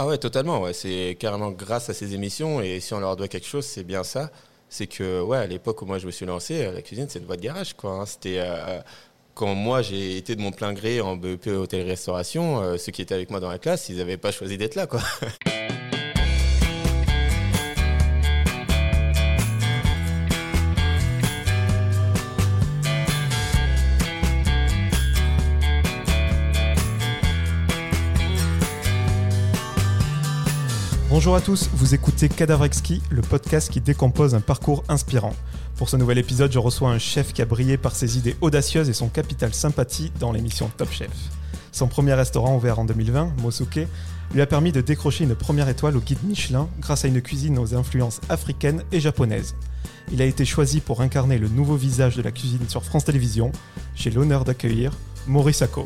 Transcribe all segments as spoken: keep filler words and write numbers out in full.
Ah ouais, totalement. Ouais. C'est carrément grâce à ces émissions. Et si on leur doit quelque chose, c'est bien ça. C'est que, ouais, à l'époque où moi je me suis lancé, la cuisine, c'est une voie de garage, quoi. Hein. C'était euh, quand moi j'ai été de mon plein gré en B E P hôtellerie-restauration, euh, ceux qui étaient avec moi dans la classe, ils n'avaient pas choisi d'être là, quoi. Bonjour à tous, vous écoutez Cadavre Exquis, le podcast qui décompose un parcours inspirant. Pour ce nouvel épisode, je reçois un chef qui a brillé par ses idées audacieuses et son capital sympathie dans l'émission Top Chef. Son premier restaurant ouvert en deux mille vingt, Mosuke, lui a permis de décrocher une première étoile au guide Michelin grâce à une cuisine aux influences africaines et japonaises. Il a été choisi pour incarner le nouveau visage de la cuisine sur France Télévisions. J'ai l'honneur d'accueillir Maury Sacco.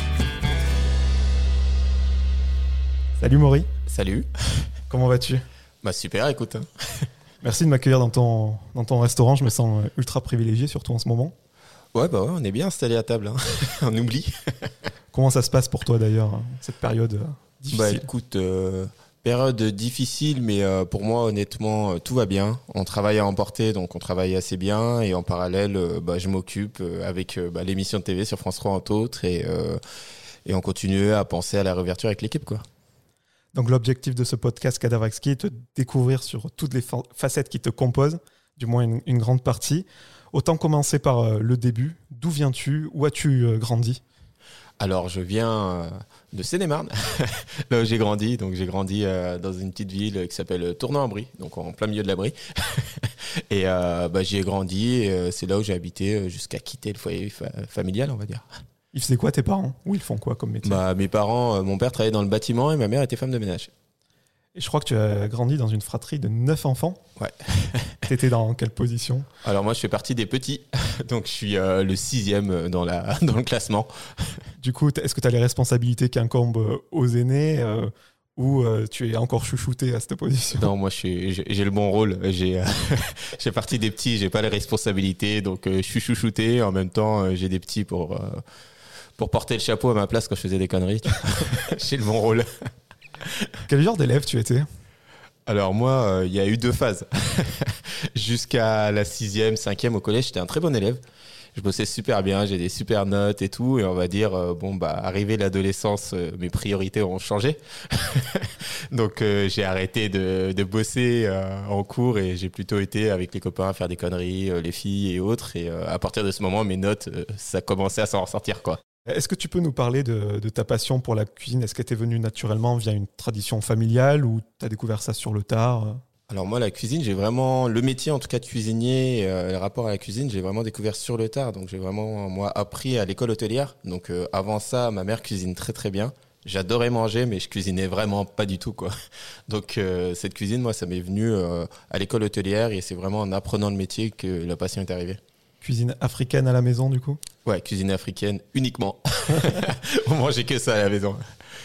Salut Maury. Salut. Comment vas-tu ? Bah super, écoute. Merci de m'accueillir dans ton, dans ton restaurant, je me sens ultra privilégié, surtout en ce moment. Ouais, bah ouais, on est bien installé à table, hein. On oublie. Comment ça se passe pour toi d'ailleurs, cette période euh, difficile ? Bah écoute, euh, période difficile, mais euh, pour moi, honnêtement, euh, tout va bien. On travaille à emporter, donc on travaille assez bien. Et en parallèle, euh, bah, je m'occupe euh, avec euh, bah, l'émission de T V sur France trois, entre autres. Et, euh, et on continue à penser à la réouverture avec l'équipe, quoi. Donc l'objectif de ce podcast Cadavre Exquis est de découvrir sur toutes les fa- facettes qui te composent, du moins une, une grande partie. Autant commencer par euh, le début. D'où viens-tu ? Où as-tu euh, grandi ? Alors, je viens euh, de Seine-et-Marne, là où j'ai grandi. Donc, j'ai grandi euh, dans une petite ville qui s'appelle Tournan-en-Brie, donc en plein milieu de la Brie. Et euh, bah, j'y ai grandi et euh, c'est là où j'ai habité jusqu'à quitter le foyer fa- familial, on va dire. Ils faisaient quoi tes parents ? Ou ils font quoi comme métier ? Bah, mes parents, euh, mon père travaillait dans le bâtiment et ma mère était femme de ménage. Et je crois que tu as grandi dans une fratrie de neuf enfants. Ouais. T'étais dans quelle position ? Alors moi, je fais partie des petits, donc je suis euh, le sixième dans, la, dans le classement. Du coup, est-ce que tu as les responsabilités qui incombent aux aînés euh, ou euh, tu es encore chouchouté à cette position ? Non, moi, je suis, j'ai, j'ai le bon rôle. J'ai, euh, j'ai partie des petits, j'ai pas les responsabilités, donc euh, je suis chouchouté. En même temps, euh, j'ai des petits pour, euh, pour porter le chapeau à ma place quand je faisais des conneries. J'ai le bon rôle. Quel genre d'élève tu étais ? Alors moi, il euh, y a eu deux phases. Jusqu'à la sixième, cinquième au collège, j'étais un très bon élève. Je bossais super bien, j'ai des super notes et tout. Et on va dire, euh, bon, bah, arrivé l'adolescence, euh, mes priorités ont changé. Donc euh, j'ai arrêté de, de bosser euh, en cours et j'ai plutôt été avec les copains à faire des conneries, euh, les filles et autres. Et euh, à partir de ce moment, mes notes, euh, ça commençait à s'en ressortir, quoi. Est-ce que tu peux nous parler de, de ta passion pour la cuisine ? Est-ce qu'elle t'est venue naturellement via une tradition familiale ou tu as découvert ça sur le tard ? Alors moi, la cuisine, j'ai vraiment, le métier en tout cas de cuisinier, euh, le rapport à la cuisine, j'ai vraiment découvert sur le tard. Donc j'ai vraiment, moi, appris à l'école hôtelière. Donc euh, avant ça, ma mère cuisine très très bien. J'adorais manger, mais je cuisinais vraiment pas du tout, quoi. Donc euh, cette cuisine, moi, ça m'est venu euh, à l'école hôtelière et c'est vraiment en apprenant le métier que la passion est arrivée. Cuisine africaine à la maison, du coup ? Ouais, cuisine africaine uniquement. On mangeait que ça à la maison.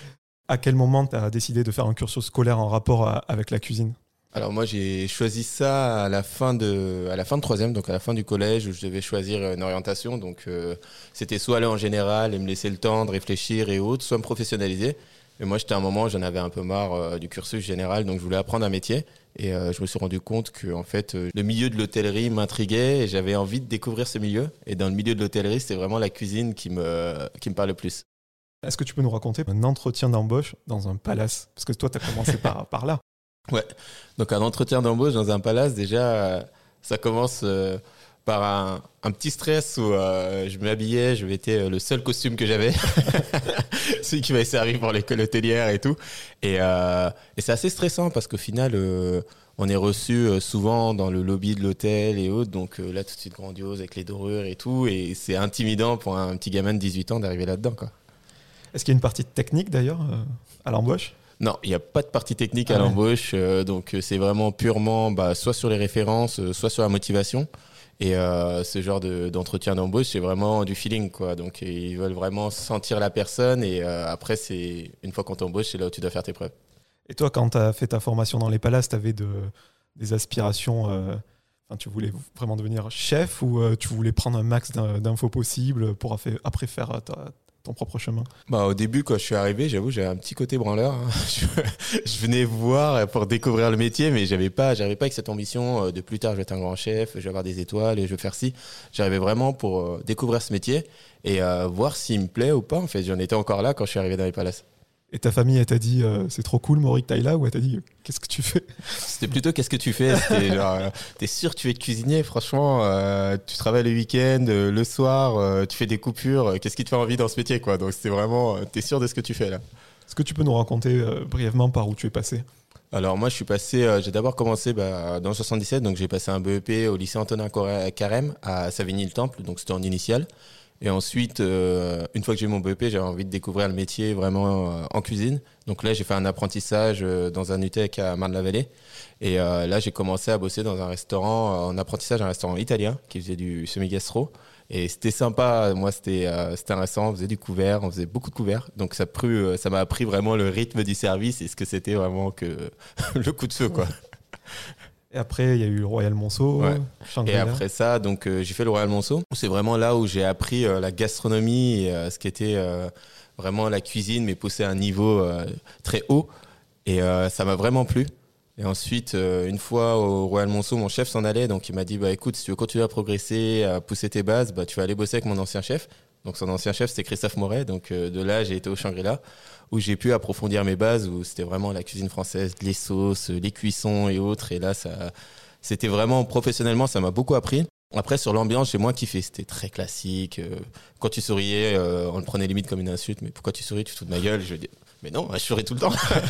À quel moment tu as décidé de faire un cursus scolaire en rapport à, avec la cuisine ? Alors moi, j'ai choisi ça à la fin de, à la fin de troisième, donc à la fin du collège, où je devais choisir une orientation. Donc euh, c'était soit aller en général et me laisser le temps de réfléchir et autres, soit me professionnaliser. Et moi, j'étais à un moment, j'en avais un peu marre euh, du cursus général, donc je voulais apprendre un métier. Et euh, je me suis rendu compte que en fait, euh, le milieu de l'hôtellerie m'intriguait et j'avais envie de découvrir ce milieu. Et dans le milieu de l'hôtellerie, c'était vraiment la cuisine qui me, qui me parle le plus. Est-ce que tu peux nous raconter un entretien d'embauche dans un palace ? Parce que toi, tu as commencé par, par là. Ouais, donc un entretien d'embauche dans un palace, déjà, euh, ça commence euh, par un, un petit stress où euh, je m'habillais, je mettais le seul costume que j'avais, celui qui m'avait servi pour l'école hôtelière et tout. Et, euh, et c'est assez stressant parce qu'au final, euh, on est reçu euh, souvent dans le lobby de l'hôtel et autres, donc euh, là tout de suite grandiose avec les dorures et tout, et c'est intimidant pour un petit gamin de dix-huit ans d'arriver là-dedans, quoi. Est-ce qu'il y a une partie technique d'ailleurs euh, à l'embauche ? Non, il n'y a pas de partie technique à ah ouais. l'embauche, euh, donc c'est vraiment purement bah, soit sur les références, euh, soit sur la motivation. Et euh, ce genre de, d'entretien d'embauche, c'est vraiment du feeling, quoi. Donc ils veulent vraiment sentir la personne et euh, après, c'est une fois qu'on t'embauche, c'est là où tu dois faire tes preuves. Et toi, quand tu as fait ta formation dans les palaces, tu avais de, des aspirations, euh, enfin, tu voulais vraiment devenir chef ou euh, tu voulais prendre un max d'infos possibles pour après faire ta, ton propre chemin? Bah, au début, quand je suis arrivé, j'avoue, j'avais un petit côté branleur. Hein. Je, je venais voir pour découvrir le métier, mais j'avais pas, j'arrivais pas avec cette ambition de plus tard, je vais être un grand chef, je vais avoir des étoiles et je vais faire ci. J'arrivais vraiment pour découvrir ce métier et euh, voir s'il me plaît ou pas. En fait, j'en étais encore là quand je suis arrivé dans les palaces. Et ta famille, elle t'a dit euh, c'est trop cool, Maury, que t'ailles là, ou elle t'a dit qu'est-ce que tu fais? C'était plutôt qu'est-ce que tu fais. C'était genre, euh, t'es sûr que tu veux être cuisinier? Franchement, euh, tu travailles le week-end, euh, le soir, euh, tu fais des coupures. Euh, qu'est-ce qui te fait envie dans ce métier, quoi? Donc c'était vraiment, euh, t'es sûr de ce que tu fais là. Est-ce que tu peux nous raconter euh, brièvement par où tu es passé? Alors moi, je suis passé. Euh, j'ai d'abord commencé bah, dans le soixante-dix-sept, donc j'ai passé un B E P au lycée Antonin Carême à Savigny-le-Temple, donc c'était en initiale. Et ensuite, euh, une fois que j'ai eu mon B E P, j'avais envie de découvrir le métier vraiment euh, en cuisine. Donc là, j'ai fait un apprentissage euh, dans un U T E C à Marne-la-Vallée. Et euh, là, j'ai commencé à bosser dans un restaurant, euh, en apprentissage, un restaurant italien qui faisait du semi-gastro. Et c'était sympa. Moi, c'était, euh, c'était un restaurant, on faisait du couvert, on faisait beaucoup de couverts. Donc ça, pru, euh, ça m'a appris vraiment le rythme du service et ce que c'était vraiment que le coup de feu, quoi. Et après, il y a eu le Royal Monceau, ouais. Shangri-La. Et après ça, donc, euh, j'ai fait le Royal Monceau. C'est vraiment là où j'ai appris euh, la gastronomie et euh, ce qui était euh, vraiment la cuisine, mais poussé à un niveau euh, très haut. Et euh, ça m'a vraiment plu. Et ensuite, euh, une fois au Royal Monceau, mon chef s'en allait. Donc, il m'a dit, bah, écoute, si tu veux continuer à progresser, à pousser tes bases, bah, tu vas aller bosser avec mon ancien chef. Donc, son ancien chef, c'était Christophe Moret. Donc, euh, de là, j'ai été au Shangri-La, où j'ai pu approfondir mes bases, où c'était vraiment la cuisine française, les sauces, les cuissons et autres. Et là, ça, c'était vraiment professionnellement, ça m'a beaucoup appris. Après, sur l'ambiance, j'ai moins kiffé. C'était très classique. Quand tu souriais, euh, on le prenait limite comme une insulte. Mais pourquoi tu souris? Tu te fous de ma gueule? Je dis, mais non, je souris tout le temps.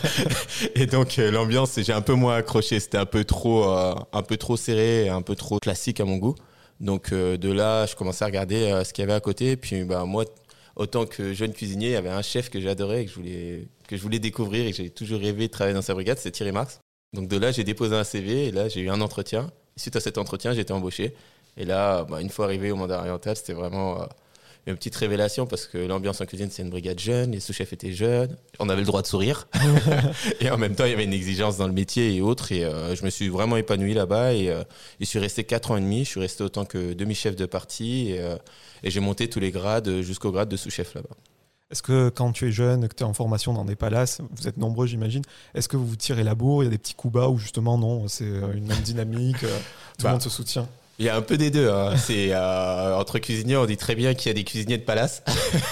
Et donc, euh, l'ambiance, j'ai un peu moins accroché. C'était un peu trop, euh, un peu trop serré, un peu trop classique à mon goût. Donc, euh, de là, je commençais à regarder euh, ce qu'il y avait à côté. Et puis, bah, moi, autant que jeune cuisinier, il y avait un chef que j'adorais et que je voulais, que je voulais découvrir et que j'ai toujours rêvé de travailler dans sa brigade, c'est Thierry Marx. Donc, de là, j'ai déposé un C V et là, j'ai eu un entretien. Et suite à cet entretien, j'ai été embauché. Et là, bah, une fois arrivé au mandat oriental, c'était vraiment euh, une petite révélation parce que l'ambiance en cuisine, c'est une brigade jeune, les sous-chefs étaient jeunes, on avait le droit de sourire. Et en même temps, il y avait une exigence dans le métier et autres. Et euh, je me suis vraiment épanoui là-bas. Et euh, je suis resté quatre ans et demi. Je suis resté autant que demi-chef de partie. Et, euh, et j'ai monté tous les grades jusqu'au grade de sous-chef là-bas. Est-ce que quand tu es jeune, que tu es en formation dans des palaces, vous êtes nombreux, j'imagine, est-ce que vous vous tirez la bourre? Il y a des petits coups bas ou justement non, c'est une même dynamique, tout bah. le monde se soutient? Il y a un peu des deux. Hein. C'est, euh, entre cuisiniers, on dit très bien qu'il y a des cuisiniers de palace.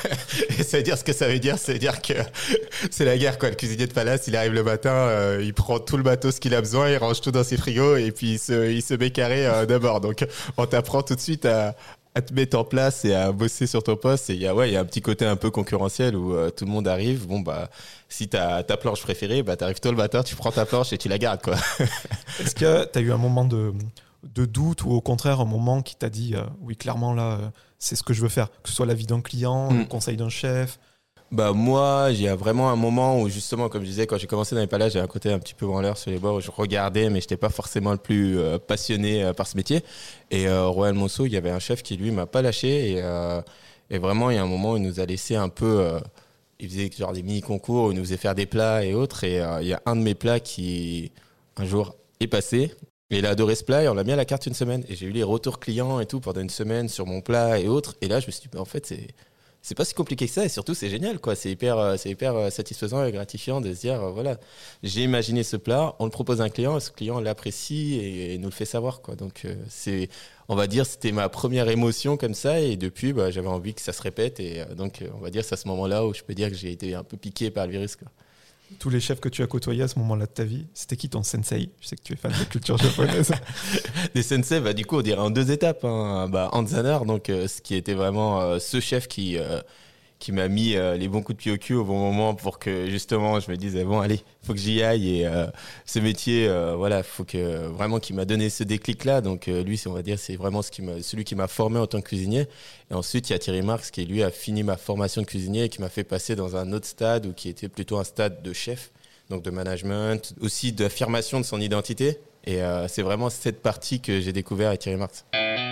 Et ça veut dire ce que ça veut dire. Ça veut dire que c'est la guerre, quoi. Le cuisinier de palace, il arrive le matin, euh, il prend tout le matos qu'il a besoin, il range tout dans ses frigos et puis il se, il se met carré euh, d'abord. Donc, on t'apprend tout de suite à, à te mettre en place et à bosser sur ton poste. Et il y a, ouais, il y a un petit côté un peu concurrentiel où euh, tout le monde arrive. Bon, bah, si t'as ta planche préférée, bah, t'arrives tôt le matin, tu prends ta planche et tu la gardes, quoi. Est-ce que t'as eu un moment de... de doute ou au contraire un moment qui t'a dit euh, oui clairement là euh, c'est ce que je veux faire, que ce soit l'avis d'un client, mmh. le conseil d'un chef? Bah moi, il y a vraiment un moment où justement, comme je disais, quand j'ai commencé dans les palaces, j'avais un côté un petit peu branleur sur les bords où je regardais, mais je n'étais pas forcément le plus euh, passionné euh, par ce métier. Et euh, Royal Monceau, il y avait un chef qui lui m'a pas lâché et, euh, et vraiment il y a un moment où il nous a laissé un peu, euh, il faisait genre des mini concours où il nous faisait faire des plats et autres. Et euh, il y a un de mes plats qui un jour est passé. Et il a adoré ce plat et on l'a mis à la carte une semaine. Et j'ai eu les retours clients et tout pendant une semaine sur mon plat et autres. Et là, je me suis dit, bah, en fait, c'est, c'est pas si compliqué que ça. Et surtout, c'est génial, quoi. C'est hyper, c'est hyper satisfaisant et gratifiant de se dire, voilà, j'ai imaginé ce plat, on le propose à un client et ce client l'apprécie et, et nous le fait savoir, quoi. Donc, euh, c'est, on va dire, c'était ma première émotion comme ça. Et depuis, bah, j'avais envie que ça se répète. Et euh, donc, on va dire, c'est à ce moment-là où je peux dire que j'ai été un peu piqué par le virus, quoi. Tous les chefs que tu as côtoyés à ce moment-là de ta vie, c'était qui ton sensei? Je sais que tu es fan de culture japonaise. Des sensei, bah, du coup, on dirait en deux étapes. Hein. Bah, Hans Zanner, donc, euh, ce qui était vraiment euh, ce chef qui, euh, qui m'a mis euh, les bons coups de pied au cul au bon moment pour que, justement, je me disais, bon, allez, faut que j'y aille. Et euh, ce métier, euh, voilà, faut que vraiment qu'il m'a donné ce déclic-là. Donc, euh, lui, on va dire, c'est vraiment ce qui m'a, celui qui m'a formé en tant que cuisinier. Et ensuite, il y a Thierry Marx qui, lui, a fini ma formation de cuisinier et qui m'a fait passer dans un autre stade ou qui était plutôt un stade de chef, donc de management, aussi d'affirmation de son identité. Et euh, c'est vraiment cette partie que j'ai découvert avec Thierry Marx.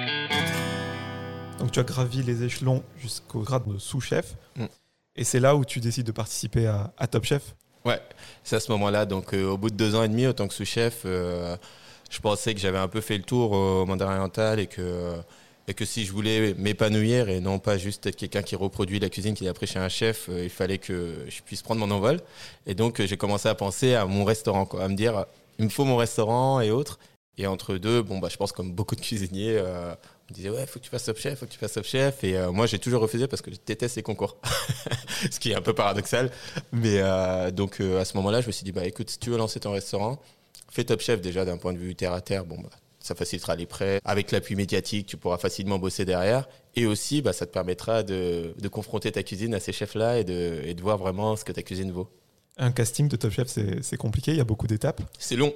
Donc, tu as gravi les échelons jusqu'au grade de sous-chef. Mm. Et c'est là où tu décides de participer à, à Top Chef? Ouais, c'est à ce moment-là. Donc, euh, au bout de deux ans et demi, en tant que sous-chef, euh, je pensais que j'avais un peu fait le tour au mandat oriental et que... Euh, et que si je voulais m'épanouir et non pas juste être quelqu'un qui reproduit la cuisine qu'il a appris chez un chef, euh, il fallait que je puisse prendre mon envol. Et donc, euh, j'ai commencé à penser à mon restaurant, quoi, à me dire, il me faut mon restaurant et autres. Et entre deux, bon, bah, je pense comme beaucoup de cuisiniers, euh, on me disait, ouais, faut que tu fasses Top Chef, faut que tu fasses Top Chef. Et euh, moi, j'ai toujours refusé parce que je déteste les concours. Ce qui est un peu paradoxal. Mais euh, donc, euh, à ce moment-là, je me suis dit, bah, écoute, si tu veux lancer ton restaurant, fais Top Chef déjà d'un point de vue terre à terre. Bon, bah, ça facilitera les prêts. Avec l'appui médiatique, tu pourras facilement bosser derrière. Et aussi, bah, ça te permettra de, de confronter ta cuisine à ces chefs-là et de, et de voir vraiment ce que ta cuisine vaut. Un casting de Top Chef, c'est, c'est compliqué, il y a beaucoup d'étapes. C'est long.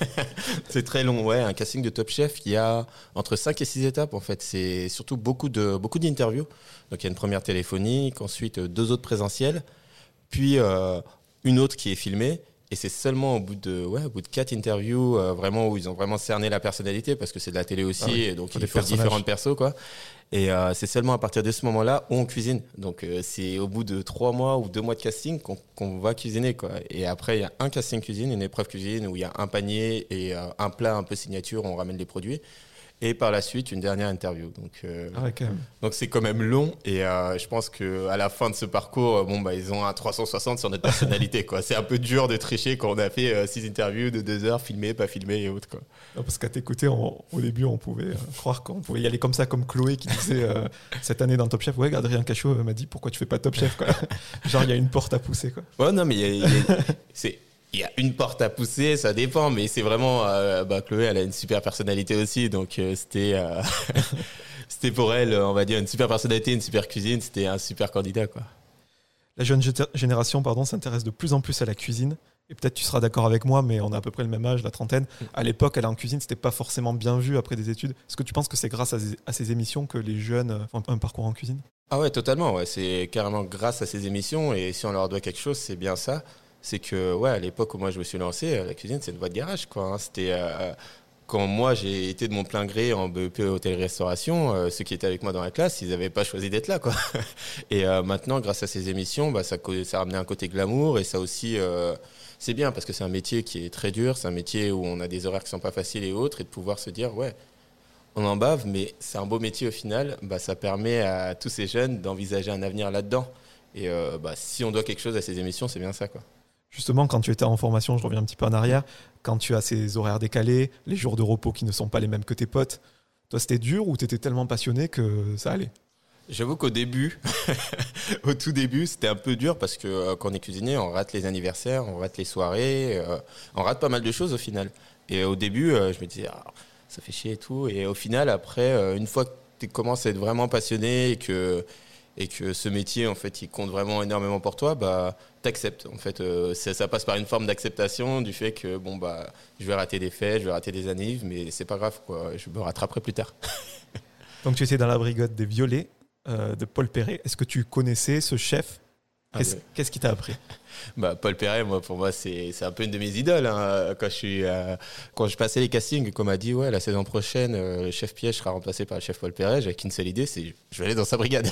C'est très long, ouais. Un casting de Top Chef, il y a entre cinq et six étapes, en fait. C'est surtout beaucoup, de, beaucoup d'interviews. Donc, il y a une première téléphonique, ensuite deux autres présentielles, puis euh, une autre qui est filmée. Et c'est seulement au bout de, ouais, au bout de quatre interviews, euh, vraiment, où ils ont vraiment cerné la personnalité, parce que c'est de la télé aussi, ah oui, et donc il faut différentes persos, quoi. Et euh, c'est seulement à partir de ce moment-là où on cuisine. Donc euh, c'est au bout de trois mois ou deux mois de casting qu'on, qu'on va cuisiner, quoi. Et après, il y a un casting cuisine, une épreuve cuisine, où il y a un panier et euh, un plat un peu signature, où on ramène les produits. Et par la suite, une dernière interview. Donc, euh, ah ouais, quand même. donc c'est quand même long. Et euh, je pense qu'à la fin de ce parcours, bon, bah, ils ont un trois cent soixante sur notre personnalité, quoi. C'est un peu dur de tricher quand on a fait euh, six interviews de deux heures, filmées, pas filmées et autres, quoi. Non, parce qu'à t'écouter, on, au début, on pouvait euh, croire qu'on pouvait y aller comme ça, comme Chloé qui disait euh, cette année dans Top Chef, ouais, Adrien Cachot m'a dit pourquoi tu fais pas Top Chef, quoi. Genre, il y a une porte à pousser, quoi. Ouais, non, mais il y a, y a, c'est... Il y a une porte à pousser, ça dépend, mais c'est vraiment... Euh, bah, Chloé, elle a une super personnalité aussi, donc euh, c'était, euh, c'était pour elle, on va dire, une super personnalité, une super cuisine, c'était un super candidat, quoi. La jeune génération, pardon, s'intéresse de plus en plus à la cuisine, et peut-être tu seras d'accord avec moi, mais on a à peu près le même âge, la trentaine. À l'époque, aller en cuisine, c'était pas forcément bien vu après des études. Est-ce que tu penses que c'est grâce à, à ces émissions que les jeunes font un parcours en cuisine ? Ah ouais, totalement, ouais. C'est carrément grâce à ces émissions, et si on leur doit quelque chose, c'est bien ça. C'est que, ouais, à l'époque où moi je me suis lancé, la cuisine, c'est une voie de garage, quoi. C'était euh, quand moi j'ai été de mon plein gré en B E P hôtellerie-restauration, euh, ceux qui étaient avec moi dans la classe, ils n'avaient pas choisi d'être là, quoi. Et euh, maintenant, grâce à ces émissions, bah, ça, ça a ramené un côté glamour et ça aussi, euh, c'est bien parce que c'est un métier qui est très dur, c'est un métier où on a des horaires qui sont pas faciles et autres, et de pouvoir se dire, ouais, on en bave, mais c'est un beau métier au final. Bah, ça permet à tous ces jeunes d'envisager un avenir là-dedans. Et euh, bah, si on doit quelque chose à ces émissions, c'est bien ça, quoi. Justement, quand tu étais en formation, je reviens un petit peu en arrière, quand tu as ces horaires décalés, les jours de repos qui ne sont pas les mêmes que tes potes, toi c'était dur ou tu étais tellement passionné que ça allait ? J'avoue qu'au début, au tout début, c'était un peu dur parce que euh, quand on est cuisinier, on rate les anniversaires, on rate les soirées, euh, on rate pas mal de choses au final. Et au début, euh, je me disais, ah, ça fait chier et tout. Et au final, après, euh, une fois que tu commences à être vraiment passionné et que... et que ce métier, en fait, il compte vraiment énormément pour toi, bah, t'acceptes. En fait, euh, ça, ça passe par une forme d'acceptation du fait que, bon, bah, je vais rater des fêtes, je vais rater des annives, mais c'est pas grave, quoi. Je me rattraperai plus tard. Donc, tu étais dans la brigade des Violets euh, de Paul Perret. Est-ce que tu connaissais ce chef ? Qu'est-ce, ah, ouais. qu'est-ce qui t'a appris ? Bah, Paul Perret, moi, pour moi, c'est, c'est un peu une de mes idoles. Hein. Quand, je suis, euh, quand je passais les castings, qu'on m'a dit, ouais, la saison prochaine, euh, le chef Piège sera remplacé par le chef Paul Perret, j'avais qu'une seule idée, c'est je vais aller dans sa brigade.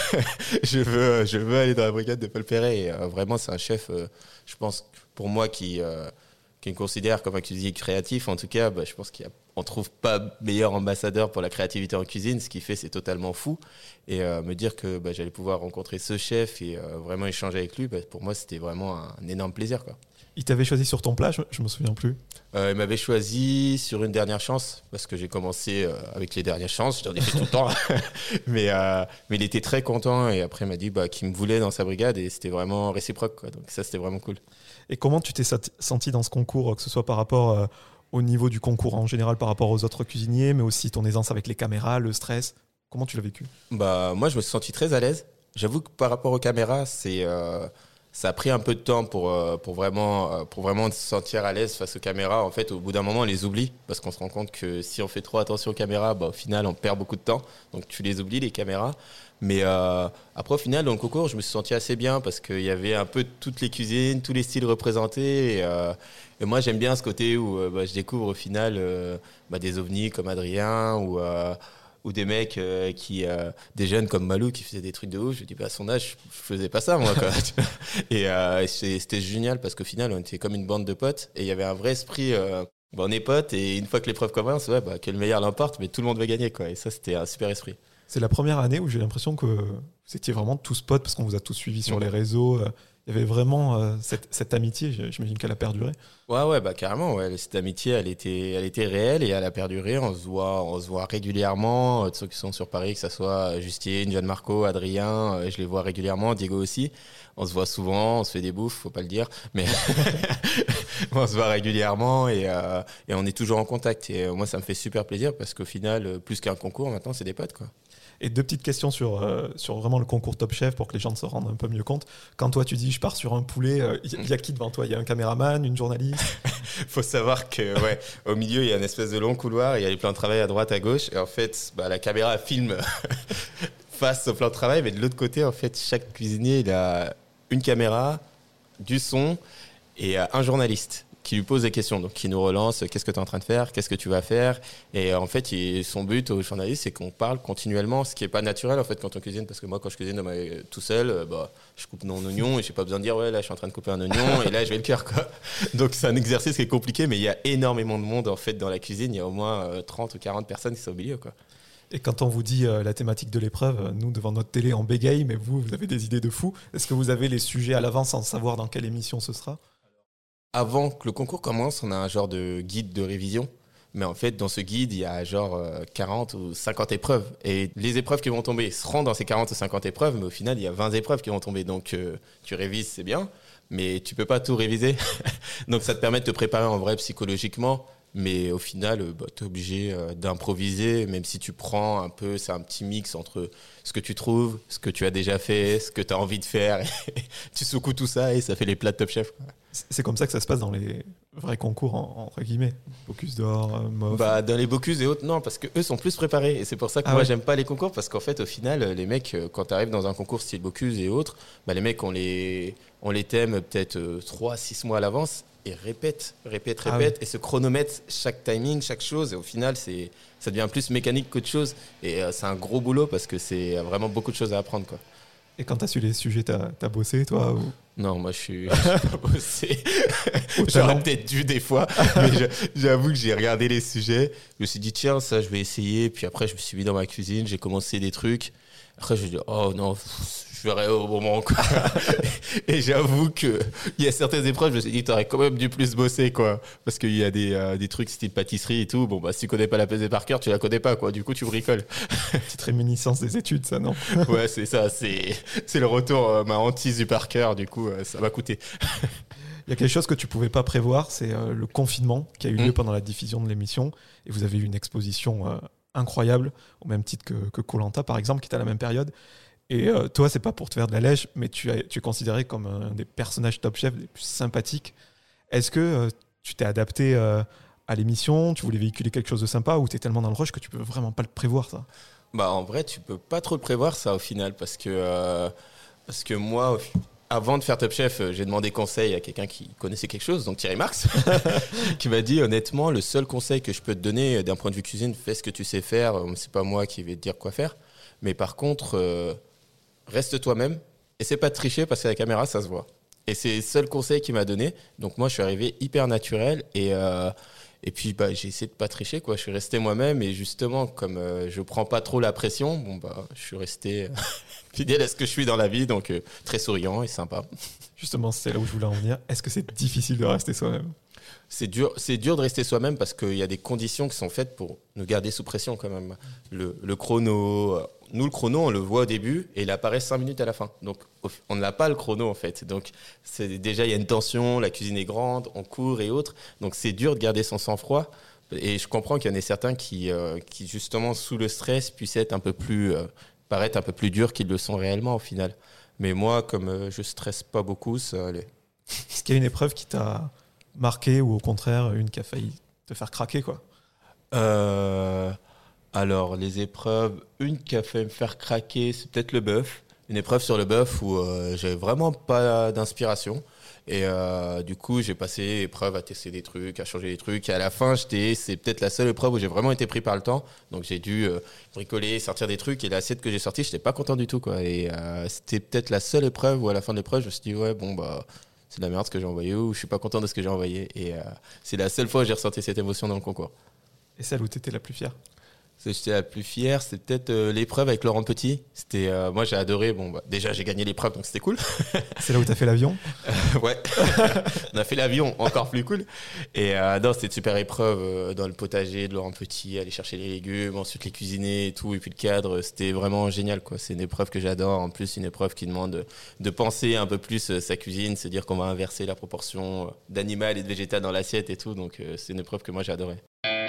je, veux, je veux aller dans la brigade de Paul Perret. Et euh, vraiment, c'est un chef, euh, je pense, pour moi, qui, euh, qui me considère comme un cuisinier créatif. En tout cas, bah, je pense qu'on ne trouve pas meilleur ambassadeur pour la créativité en cuisine. Ce qu'il fait, c'est totalement fou. Et euh, me dire que bah, j'allais pouvoir rencontrer ce chef et euh, vraiment échanger avec lui, bah, pour moi, c'était vraiment un, un énorme plaisir, quoi. Il t'avait choisi sur ton plat, je, je me souviens plus. Euh, il m'avait choisi sur une dernière chance, parce que j'ai commencé euh, avec les dernières chances, j'en ai fait tout le temps. mais, euh, mais il était très content et après il m'a dit bah, qu'il me voulait dans sa brigade et c'était vraiment réciproque, quoi. Donc ça, c'était vraiment cool. Et comment tu t'es senti dans ce concours, que ce soit par rapport euh, au niveau du concours en général, par rapport aux autres cuisiniers, mais aussi ton aisance avec les caméras, le stress ? Comment tu l'as vécu ? Bah, moi, je me suis senti très à l'aise. J'avoue que par rapport aux caméras, c'est, euh, ça a pris un peu de temps pour, euh, pour, vraiment, euh, pour vraiment se sentir à l'aise face aux caméras. En fait, au bout d'un moment, on les oublie parce qu'on se rend compte que si on fait trop attention aux caméras, bah, au final, on perd beaucoup de temps. Donc, tu les oublies, les caméras. Mais euh, après, au final, dans le concours, je me suis senti assez bien parce qu'il y avait un peu toutes les cuisines, tous les styles représentés. Et, euh, et moi, j'aime bien ce côté où euh, bah, je découvre au final euh, bah, des ovnis comme Adrien ou... Euh, ou des mecs euh, qui euh, des jeunes comme Malou qui faisaient des trucs de ouf. Je me dis bah à son âge je faisais pas ça moi, quoi. et, euh, et c'était génial parce qu'au final on était comme une bande de potes et il y avait un vrai esprit euh, bah, on est potes et une fois que l'épreuve commence, ouais, bah, que le meilleur l'emporte, mais tout le monde veut gagner, quoi. Et ça, c'était un super esprit. C'est la première année où j'ai l'impression que vous étiez vraiment tous potes parce qu'on vous a tous suivis sur mmh. les réseaux. Il y avait vraiment euh, cette, cette amitié, j'imagine qu'elle a perduré. Ouais, ouais, bah carrément. Ouais. Cette amitié, elle était, elle était réelle et elle a perduré. On se voit, on se voit régulièrement. Ceux qui sont sur Paris, que ce soit Justine, Gianmarco, Adrien, euh, je les vois régulièrement. Diego aussi. On se voit souvent, on se fait des bouffes, faut pas le dire, mais on se voit régulièrement et, euh, et on est toujours en contact. Et euh, moi, ça me fait super plaisir parce qu'au final, plus qu'un concours, maintenant, c'est des potes, quoi. Et deux petites questions sur, euh, sur vraiment le concours Top Chef pour que les gens se rendent un peu mieux compte. Quand toi, tu dis je pars sur un poulet, il euh, y, y a qui devant toi? Il y a un caméraman, une journaliste? Faut savoir que, ouais, au milieu, il y a une espèce de long couloir, il y a les plans de travail à droite, à gauche. Et en fait, bah, la caméra filme face au plan de travail, mais de l'autre côté, en fait, chaque cuisinier, il a une caméra, du son et euh, un journaliste qui lui pose des questions, donc qui nous relance, qu'est-ce que tu es en train de faire, qu'est-ce que tu vas faire, et en fait il, son but au journaliste c'est qu'on parle continuellement, ce qui est pas naturel en fait quand on cuisine, parce que moi quand je cuisine ma, tout seul, bah, je coupe mon oignon et j'ai pas besoin de dire ouais là je suis en train de couper un oignon et là je vais le cœur, quoi. Donc c'est un exercice qui est compliqué, mais il y a énormément de monde en fait dans la cuisine, il y a au moins euh, trente ou quarante personnes qui sont au milieu, quoi. Et quand on vous dit euh, la thématique de l'épreuve, euh, nous devant notre télé on bégaye, mais vous vous avez des idées de fou. Est-ce que vous avez les sujets à l'avance sans savoir dans quelle émission ce sera? Avant que le concours commence, on a un genre de guide de révision. Mais en fait, dans ce guide, il y a genre quarante ou cinquante épreuves. Et les épreuves qui vont tomber seront dans ces quarante ou cinquante épreuves, mais au final, il y a vingt épreuves qui vont tomber. Donc, euh, tu révises, c'est bien, mais tu peux pas tout réviser. Donc, ça te permet de te préparer en vrai psychologiquement. Mais au final, bah, tu es obligé euh, d'improviser, même si tu prends un peu, c'est un petit mix entre ce que tu trouves, ce que tu as déjà fait, ce que tu as envie de faire. Tu secoues tout ça et ça fait les plats de Top Chef, quoi. C'est comme ça que ça se passe dans les vrais concours, en, entre guillemets. Bocuse d'or, M O F. Bah, dans les Bocuse et autres, non, parce qu'eux sont plus préparés. Et c'est pour ça que ah moi, ouais. j'aime pas les concours, parce qu'en fait, au final, les mecs, quand tu arrives dans un concours style Bocuse et autres, bah, les mecs, on les, on les thème peut-être trois à six mois à l'avance. Et répète, répète, répète, ah oui. et se chronomètre chaque timing, chaque chose. Et au final, c'est, ça devient plus mécanique qu'autre chose. Et euh, c'est un gros boulot parce que c'est vraiment beaucoup de choses à apprendre, quoi. Et quand tu as su les sujets, tu as bossé, toi ou... Non, moi, je suis pas bossé. J'aurais peut-être dû des fois. Mais je, j'avoue que j'ai regardé les sujets. Je me suis dit, tiens, ça, je vais essayer. Puis après, je me suis mis dans ma cuisine. J'ai commencé des trucs. Après, je me suis dit, oh non, je verrai au moment, quoi. Et j'avoue qu'il y a certaines épreuves, je me suis dit, tu aurais quand même dû plus bosser, quoi. Parce qu'il y a des, euh, des trucs style pâtisserie et tout. Bon, bah, si tu connais pas la pesée par cœur, tu la connais pas, quoi. Du coup, tu bricoles. Petite réminiscence des études, ça, non? Ouais, c'est ça. C'est, c'est le retour, euh, ma hantise du par cœur. Du coup, euh, ça m'a coûté. Il y a quelque chose que tu pouvais pas prévoir, c'est euh, le confinement qui a eu lieu mmh. pendant la diffusion de l'émission. Et vous avez eu une exposition euh, incroyable, au même titre que Koh-Lanta, par exemple, qui était à la même période. Et euh, toi, c'est pas pour te faire de la lèche, mais tu, as, tu es considéré comme un des personnages Top Chef les plus sympathiques. Est-ce que euh, tu t'es adapté euh, à l'émission, tu voulais véhiculer quelque chose de sympa, ou tu es tellement dans le rush que tu peux vraiment pas le prévoir, ça? Bah, en vrai, tu peux pas trop le prévoir, ça, au final, parce que, euh, parce que moi, avant de faire Top Chef, j'ai demandé conseil à quelqu'un qui connaissait quelque chose, donc Thierry Marx, qui m'a dit, honnêtement, le seul conseil que je peux te donner d'un point de vue cuisine, fais ce que tu sais faire, c'est pas moi qui vais te dire quoi faire. Mais par contre, euh, reste toi-même. Essaie pas de tricher parce que la caméra, ça se voit. Et c'est le seul conseil qu'il m'a donné. Donc moi, je suis arrivé hyper naturel. Et, euh, et puis, bah, j'ai essayé de pas tricher, quoi. Je suis resté moi-même. Et justement, comme euh, je prends pas trop la pression, bon, bah, je suis resté fidèle à ce que je suis dans la vie. Donc, euh, très souriant et sympa. Justement, c'est là où je voulais en venir. Est-ce que c'est difficile de rester soi-même ? C'est dur, c'est dur de rester soi-même parce qu'il y a des conditions qui sont faites pour nous garder sous pression quand même. Le, le chrono, nous le chrono on le voit au début et il apparaît cinq minutes à la fin. Donc on n'a pas le chrono en fait. Donc c'est, déjà il y a une tension, la cuisine est grande, on court et autres. Donc c'est dur de garder son sang-froid. Et je comprends qu'il y en ait certains qui, euh, qui justement sous le stress puissent être un peu plus, euh, paraître un peu plus durs qu'ils le sont réellement au final. Mais moi comme euh, je stresse pas beaucoup, ça allait. Est-ce qu'il y a une épreuve qui t'a marqué ou au contraire une qui a failli te faire craquer quoi? euh, Alors les épreuves, une qui a fait me faire craquer, c'est peut-être le bœuf. Une épreuve sur le bœuf où euh, j'avais vraiment pas d'inspiration. Et euh, du coup, j'ai passé l'épreuve à tester des trucs, à changer des trucs. Et à la fin, j'étais, c'est peut-être la seule épreuve où j'ai vraiment été pris par le temps. Donc j'ai dû euh, bricoler, sortir des trucs. Et l'assiette que j'ai sortie, j'étais pas content du tout, quoi. Et euh, c'était peut-être la seule épreuve où à la fin de l'épreuve, je me suis dit, ouais, bon, bah, c'est de la merde ce que j'ai envoyé ou je suis pas content de ce que j'ai envoyé. Et euh, c'est la seule fois où j'ai ressenti cette émotion dans le concours. Et celle où tu étais la plus fière? Ce que j'étais la plus fière, c'est peut-être euh, l'épreuve avec Laurent Petit. C'était, euh, moi, j'ai adoré. Bon, bah, déjà, j'ai gagné l'épreuve, donc c'était cool. C'est là où tu as fait l'avion? euh, Ouais, on a fait l'avion, encore plus cool. Et euh, non, c'était une super épreuve euh, dans le potager de Laurent Petit, aller chercher les légumes, ensuite les cuisiner et tout. Et puis le cadre, c'était vraiment génial, quoi. C'est une épreuve que j'adore. En plus, une épreuve qui demande de penser un peu plus euh, sa cuisine, se dire qu'on va inverser la proportion d'animal et de végétal dans l'assiette et tout. Donc, euh, c'est une épreuve que moi, j'ai adoré.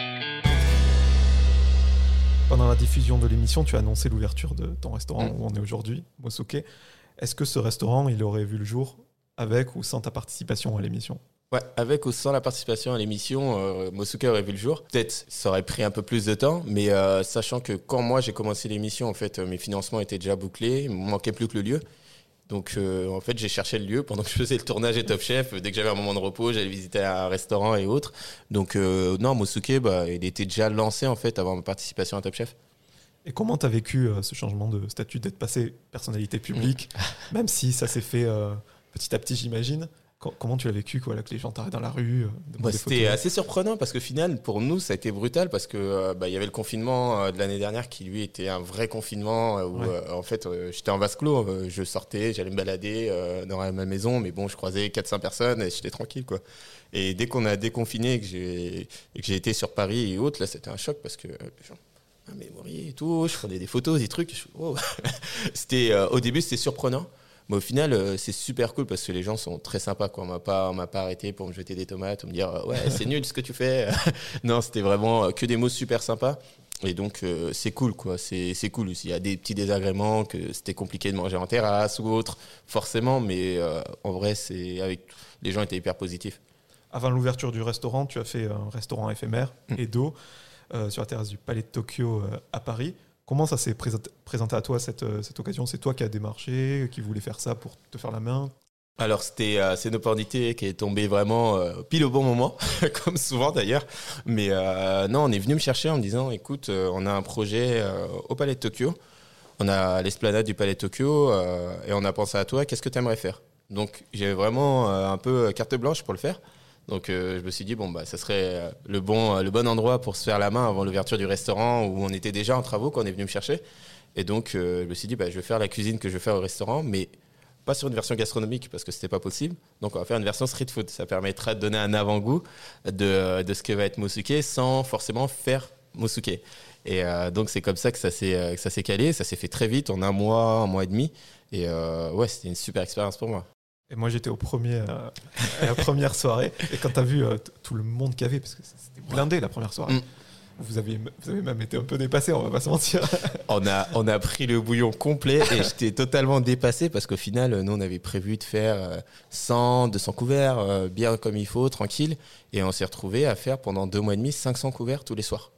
Pendant la diffusion de l'émission, tu as annoncé l'ouverture de ton restaurant mmh. où on est aujourd'hui, Mosuke. Est-ce que ce restaurant, il aurait vu le jour avec ou sans ta participation à l'émission? Ouais, avec ou sans la participation à l'émission, euh, Mosuke aurait vu le jour. Peut-être ça aurait pris un peu plus de temps, mais euh, sachant que quand moi j'ai commencé l'émission, en fait, euh, mes financements étaient déjà bouclés, il me manquait plus que le lieu. Donc euh, en fait, j'ai cherché le lieu pendant que je faisais le tournage et Top Chef. Dès que j'avais un moment de repos, j'allais visiter un restaurant et autres. Donc euh, non, Mosuke, bah, il était déjà lancé en fait avant ma participation à Top Chef. Et comment tu as vécu euh, ce changement de statut, d'être passé personnalité publique, mmh. même si ça s'est fait euh, petit à petit, j'imagine? Comment tu l'as vécu, quoi, là, que les gens t'arrêtent dans la rue? Bah, c'était assez surprenant parce qu'au final, pour nous, ça a été brutal parce que euh, bah, y avait le confinement euh, de l'année dernière qui, lui, était un vrai confinement euh, où, ouais. euh, en fait, euh, j'étais en vase clos. Euh, je sortais, j'allais me balader euh, dans ma maison, mais bon, je croisais quatre cents personnes et j'étais tranquille, quoi. Et dès qu'on a déconfiné et que j'ai, et que j'ai été sur Paris et autres, là, c'était un choc parce que euh, les gens... un mémorier et tout, je prenais des photos, des trucs. Je... Oh. c'était, euh, au début, c'était surprenant. Mais au final, euh, c'est super cool parce que les gens sont très sympas, quoi. On m'a pas, on m'a pas arrêté pour me jeter des tomates ou me dire euh, ouais, c'est nul ce que tu fais. Non, c'était vraiment que des mots super sympas. Et donc, euh, c'est cool, quoi. C'est, c'est cool. Il y a des petits désagréments, que c'était compliqué de manger en terrasse ou autre, forcément. Mais euh, en vrai, c'est avec... les gens étaient hyper positifs. Avant l'ouverture du restaurant, tu as fait un restaurant éphémère, mmh. Edo, euh, sur la terrasse du Palais de Tokyo euh, à Paris. Comment ça s'est présenté à toi, cette, cette occasion? C'est toi qui as démarché, qui voulais faire ça pour te faire la main? Alors, c'était, euh, c'est une opportunité qui est tombée vraiment euh, pile au bon moment, comme souvent d'ailleurs. Mais euh, non, on est venu me chercher en me disant, écoute, euh, on a un projet euh, au Palais de Tokyo. On a l'esplanade du Palais de Tokyo euh, et on a pensé à toi, qu'est-ce que tu aimerais faire? Donc, j'avais vraiment euh, un peu carte blanche pour le faire. Donc euh, je me suis dit bon bah ça serait le bon le bon endroit pour se faire la main avant l'ouverture du restaurant où on était déjà en travaux quand on est venu me chercher. Et donc euh, je me suis dit bah je vais faire la cuisine que je vais faire au restaurant, mais pas sur une version gastronomique parce que c'était pas possible. Donc on va faire une version street food. Ça permettra de donner un avant-goût de de ce que va être Mosuke sans forcément faire Mosuke. Et euh, donc c'est comme ça que ça s'est que ça s'est calé. Ça s'est fait très vite en un mois, un mois et demi. Et euh, ouais, c'était une super expérience pour moi. Et moi, j'étais au premier, euh, à la première soirée. Et quand tu as vu euh, t- tout le monde qu'il y avait, parce que c'était blindé la première soirée, mm. vous, avez, vous avez même été un peu dépassé, on va pas se mentir. On a, on a pris le bouillon complet et j'étais totalement dépassé parce qu'au final, nous, on avait prévu de faire cent, deux cents couverts, euh, bien comme il faut, tranquille. Et on s'est retrouvé à faire pendant deux mois et demi cinq cents couverts tous les soirs.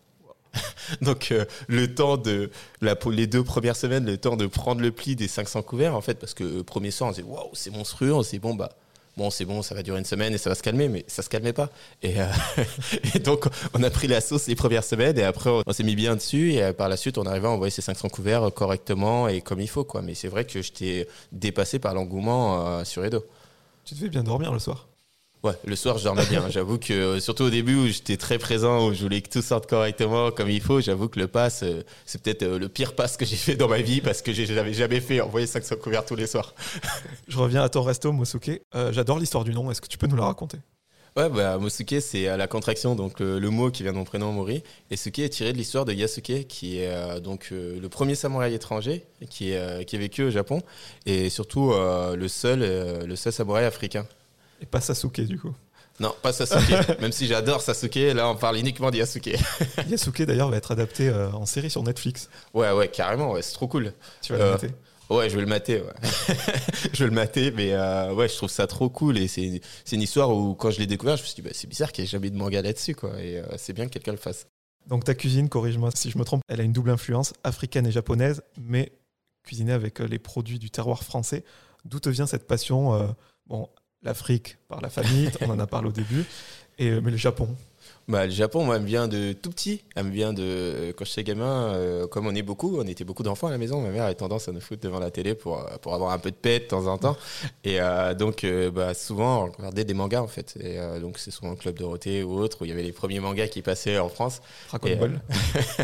Donc euh, le temps de la, les deux premières semaines, le temps de prendre le pli des cinq cents couverts en fait, parce que le premier soir on se dit waouh c'est monstrueux, on se dit bon bah bon c'est bon ça va durer une semaine et ça va se calmer, mais ça se calmait pas et, euh, et donc on a pris la sauce les premières semaines et après on, on s'est mis bien dessus et euh, par la suite on arrivait à envoyer ces cinq cents couverts correctement et comme il faut quoi. Mais c'est vrai que j'étais dépassé par l'engouement euh, sur Edo. Tu devais bien dormir le soir? Ouais, le soir, je dormais bien. J'avoue que, euh, surtout au début où j'étais très présent, où je voulais que tout sorte correctement comme il faut, j'avoue que le pass, euh, c'est peut-être euh, le pire pass que j'ai fait dans ma vie parce que je n'avais jamais fait, envoyer cinq cents couverts tous les soirs. Je reviens à ton resto, Mosuke. Euh, j'adore l'histoire du nom. Est-ce que tu peux nous la raconter? Ouais, bah, Mosuke, c'est à la contraction, donc le, le mot qui vient de mon prénom Mori. Et Suke est tiré de l'histoire de Yasuke, qui est euh, donc euh, le premier samouraï étranger qui, est, euh, qui a vécu au Japon et surtout euh, le, seul, euh, le seul samouraï africain. Et pas Sasuke, du coup? Non, pas Sasuke. Même si j'adore Sasuke, là on parle uniquement de Yasuke. Yasuke d'ailleurs va être adapté euh, en série sur Netflix. Ouais, ouais, carrément, ouais, c'est trop cool. Tu vas euh, le mater? Ouais, je vais le mater, ouais. je vais le mater, mais euh, ouais, je trouve ça trop cool et c'est, c'est une histoire où quand je l'ai découvert, je me suis dit bah, c'est bizarre qu'il n'y ait jamais de manga là-dessus, quoi. Et euh, c'est bien que quelqu'un le fasse. Donc ta cuisine, corrige-moi si je me trompe, elle a une double influence africaine et japonaise, mais cuisinée avec les produits du terroir français. D'où te vient cette passion euh, bon, l'Afrique par la famille, on en a parlé au début, et, mais le Japon. Bah, le Japon, moi, elle me vient de tout petit. Elle me vient de quand j'étais gamin. Euh, comme on est beaucoup, on était beaucoup d'enfants à la maison. Ma mère avait tendance à nous foutre devant la télé pour pour avoir un peu de paix de temps en temps. Et euh, donc, euh, bah, souvent, on regardait des mangas en fait. Et euh, donc, c'est souvent le Club Dorothée ou autre où il y avait les premiers mangas qui passaient en France. Dragon Ball. Euh...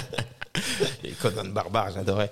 Et Conan le Barbare, j'adorais.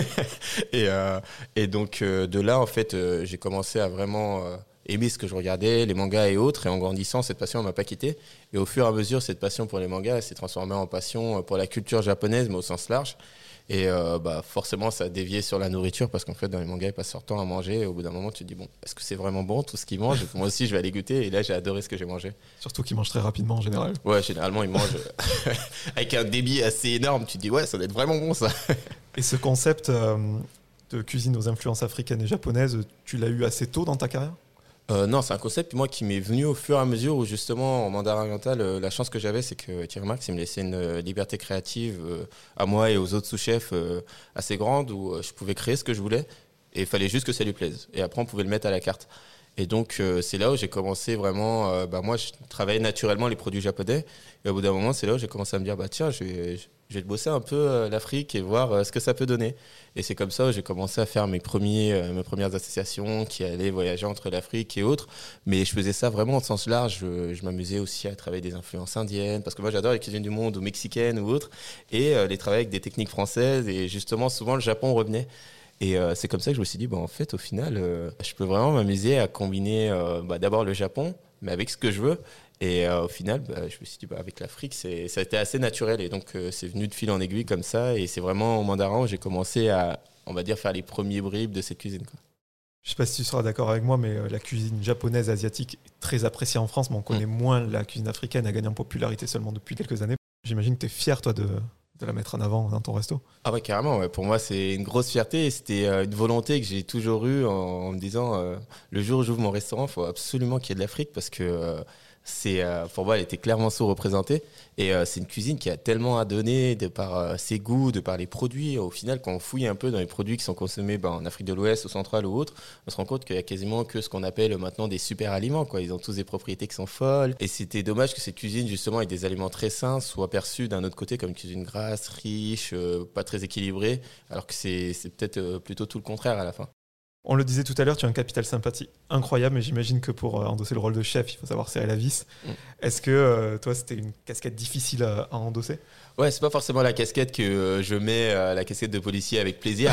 et, euh, et donc, euh, de là, en fait, euh, j'ai commencé à vraiment euh, aimer ce que je regardais, les mangas et autres. Et en grandissant, cette passion ne m'a pas quitté. Et au fur et à mesure, cette passion pour les mangas s'est transformée en passion pour la culture japonaise, mais au sens large. Et euh, bah, forcément, ça a dévié sur la nourriture parce qu'en fait, dans les mangas, ils passent leur temps à manger. Et au bout d'un moment, tu te dis, bon, est-ce que c'est vraiment bon tout ce qu'ils mangent? Moi aussi, je vais aller goûter. Et là, j'ai adoré ce que j'ai mangé. Surtout qu'ils mangent très rapidement en général. Ouais, généralement, ils mangent avec un débit assez énorme. Tu te dis, ouais, ça doit être vraiment bon ça. Et ce concept euh, de cuisine aux influences africaines et japonaises, tu l'as eu assez tôt dans ta carrière? Euh, non, c'est un concept moi qui m'est venu au fur et à mesure où justement en mandarin oriental, euh, la chance que j'avais, c'est que Thierry Marx il me laissait une euh, liberté créative euh, à moi et aux autres sous-chefs euh, assez grande où euh, je pouvais créer ce que je voulais et il fallait juste que ça lui plaise. Et après on pouvait le mettre à la carte. Et donc euh, c'est là où j'ai commencé vraiment. Euh, bah moi je travaillais naturellement les produits japonais et au bout d'un moment c'est là où j'ai commencé à me dire bah tiens je vais je vais bosser un peu euh, l'Afrique et voir euh, ce que ça peut donner. Et c'est comme ça où j'ai commencé à faire mes premiers euh, mes premières associations qui allaient voyager entre l'Afrique et autres. Mais je faisais ça vraiment au sens large. Je, je m'amusais aussi à travailler des influences indiennes parce que moi j'adore les cuisines du monde ou mexicaines ou autres et euh, les travailler avec des techniques françaises et justement souvent le Japon revenait. Et euh, c'est comme ça que je me suis dit, bah, en fait, au final, euh, je peux vraiment m'amuser à combiner euh, bah, d'abord le Japon, mais avec ce que je veux. Et euh, au final, bah, je me suis dit, bah, avec l'Afrique, c'est, ça a été assez naturel. Et donc, euh, c'est venu de fil en aiguille comme ça. Et c'est vraiment au mandarin où j'ai commencé à, on va dire, faire les premiers bribes de cette cuisine, quoi. Je ne sais pas si tu seras d'accord avec moi, mais euh, la cuisine japonaise, asiatique est très appréciée en France, mais on connaît mmh. moins la cuisine africaine, elle a gagné en popularité seulement depuis quelques années. J'imagine que tu es fier, toi, de... de la mettre en avant dans ton resto? Ah ouais, carrément. Ouais. Pour moi, c'est une grosse fierté et c'était euh, une volonté que j'ai toujours eue en, en me disant euh, le jour où j'ouvre mon restaurant, il faut absolument qu'il y ait de l'Afrique parce que euh, c'est, euh, pour moi, elle était clairement sous-représentée et euh, c'est une cuisine qui a tellement à donner de par euh, ses goûts, de par les produits. Au final, quand on fouille un peu dans les produits qui sont consommés ben, en Afrique de l'Ouest, au central ou autre, on se rend compte qu'il y a quasiment que ce qu'on appelle maintenant des super aliments, quoi. Ils ont tous des propriétés qui sont folles et c'était dommage que cette cuisine, justement, avec des aliments très sains, soit perçue d'un autre côté comme une cuisine grasse, riche, euh, pas très équilibrée, alors que c'est, c'est peut-être euh, plutôt tout le contraire à la fin. On le disait tout à l'heure, tu as un capital sympathie incroyable, mais j'imagine que pour euh, endosser le rôle de chef, il faut savoir serrer la vis. Mm. Est-ce que euh, toi, c'était une casquette difficile à, à endosser? Ouais, c'est pas forcément la casquette que euh, je mets, euh, la casquette de policier avec plaisir.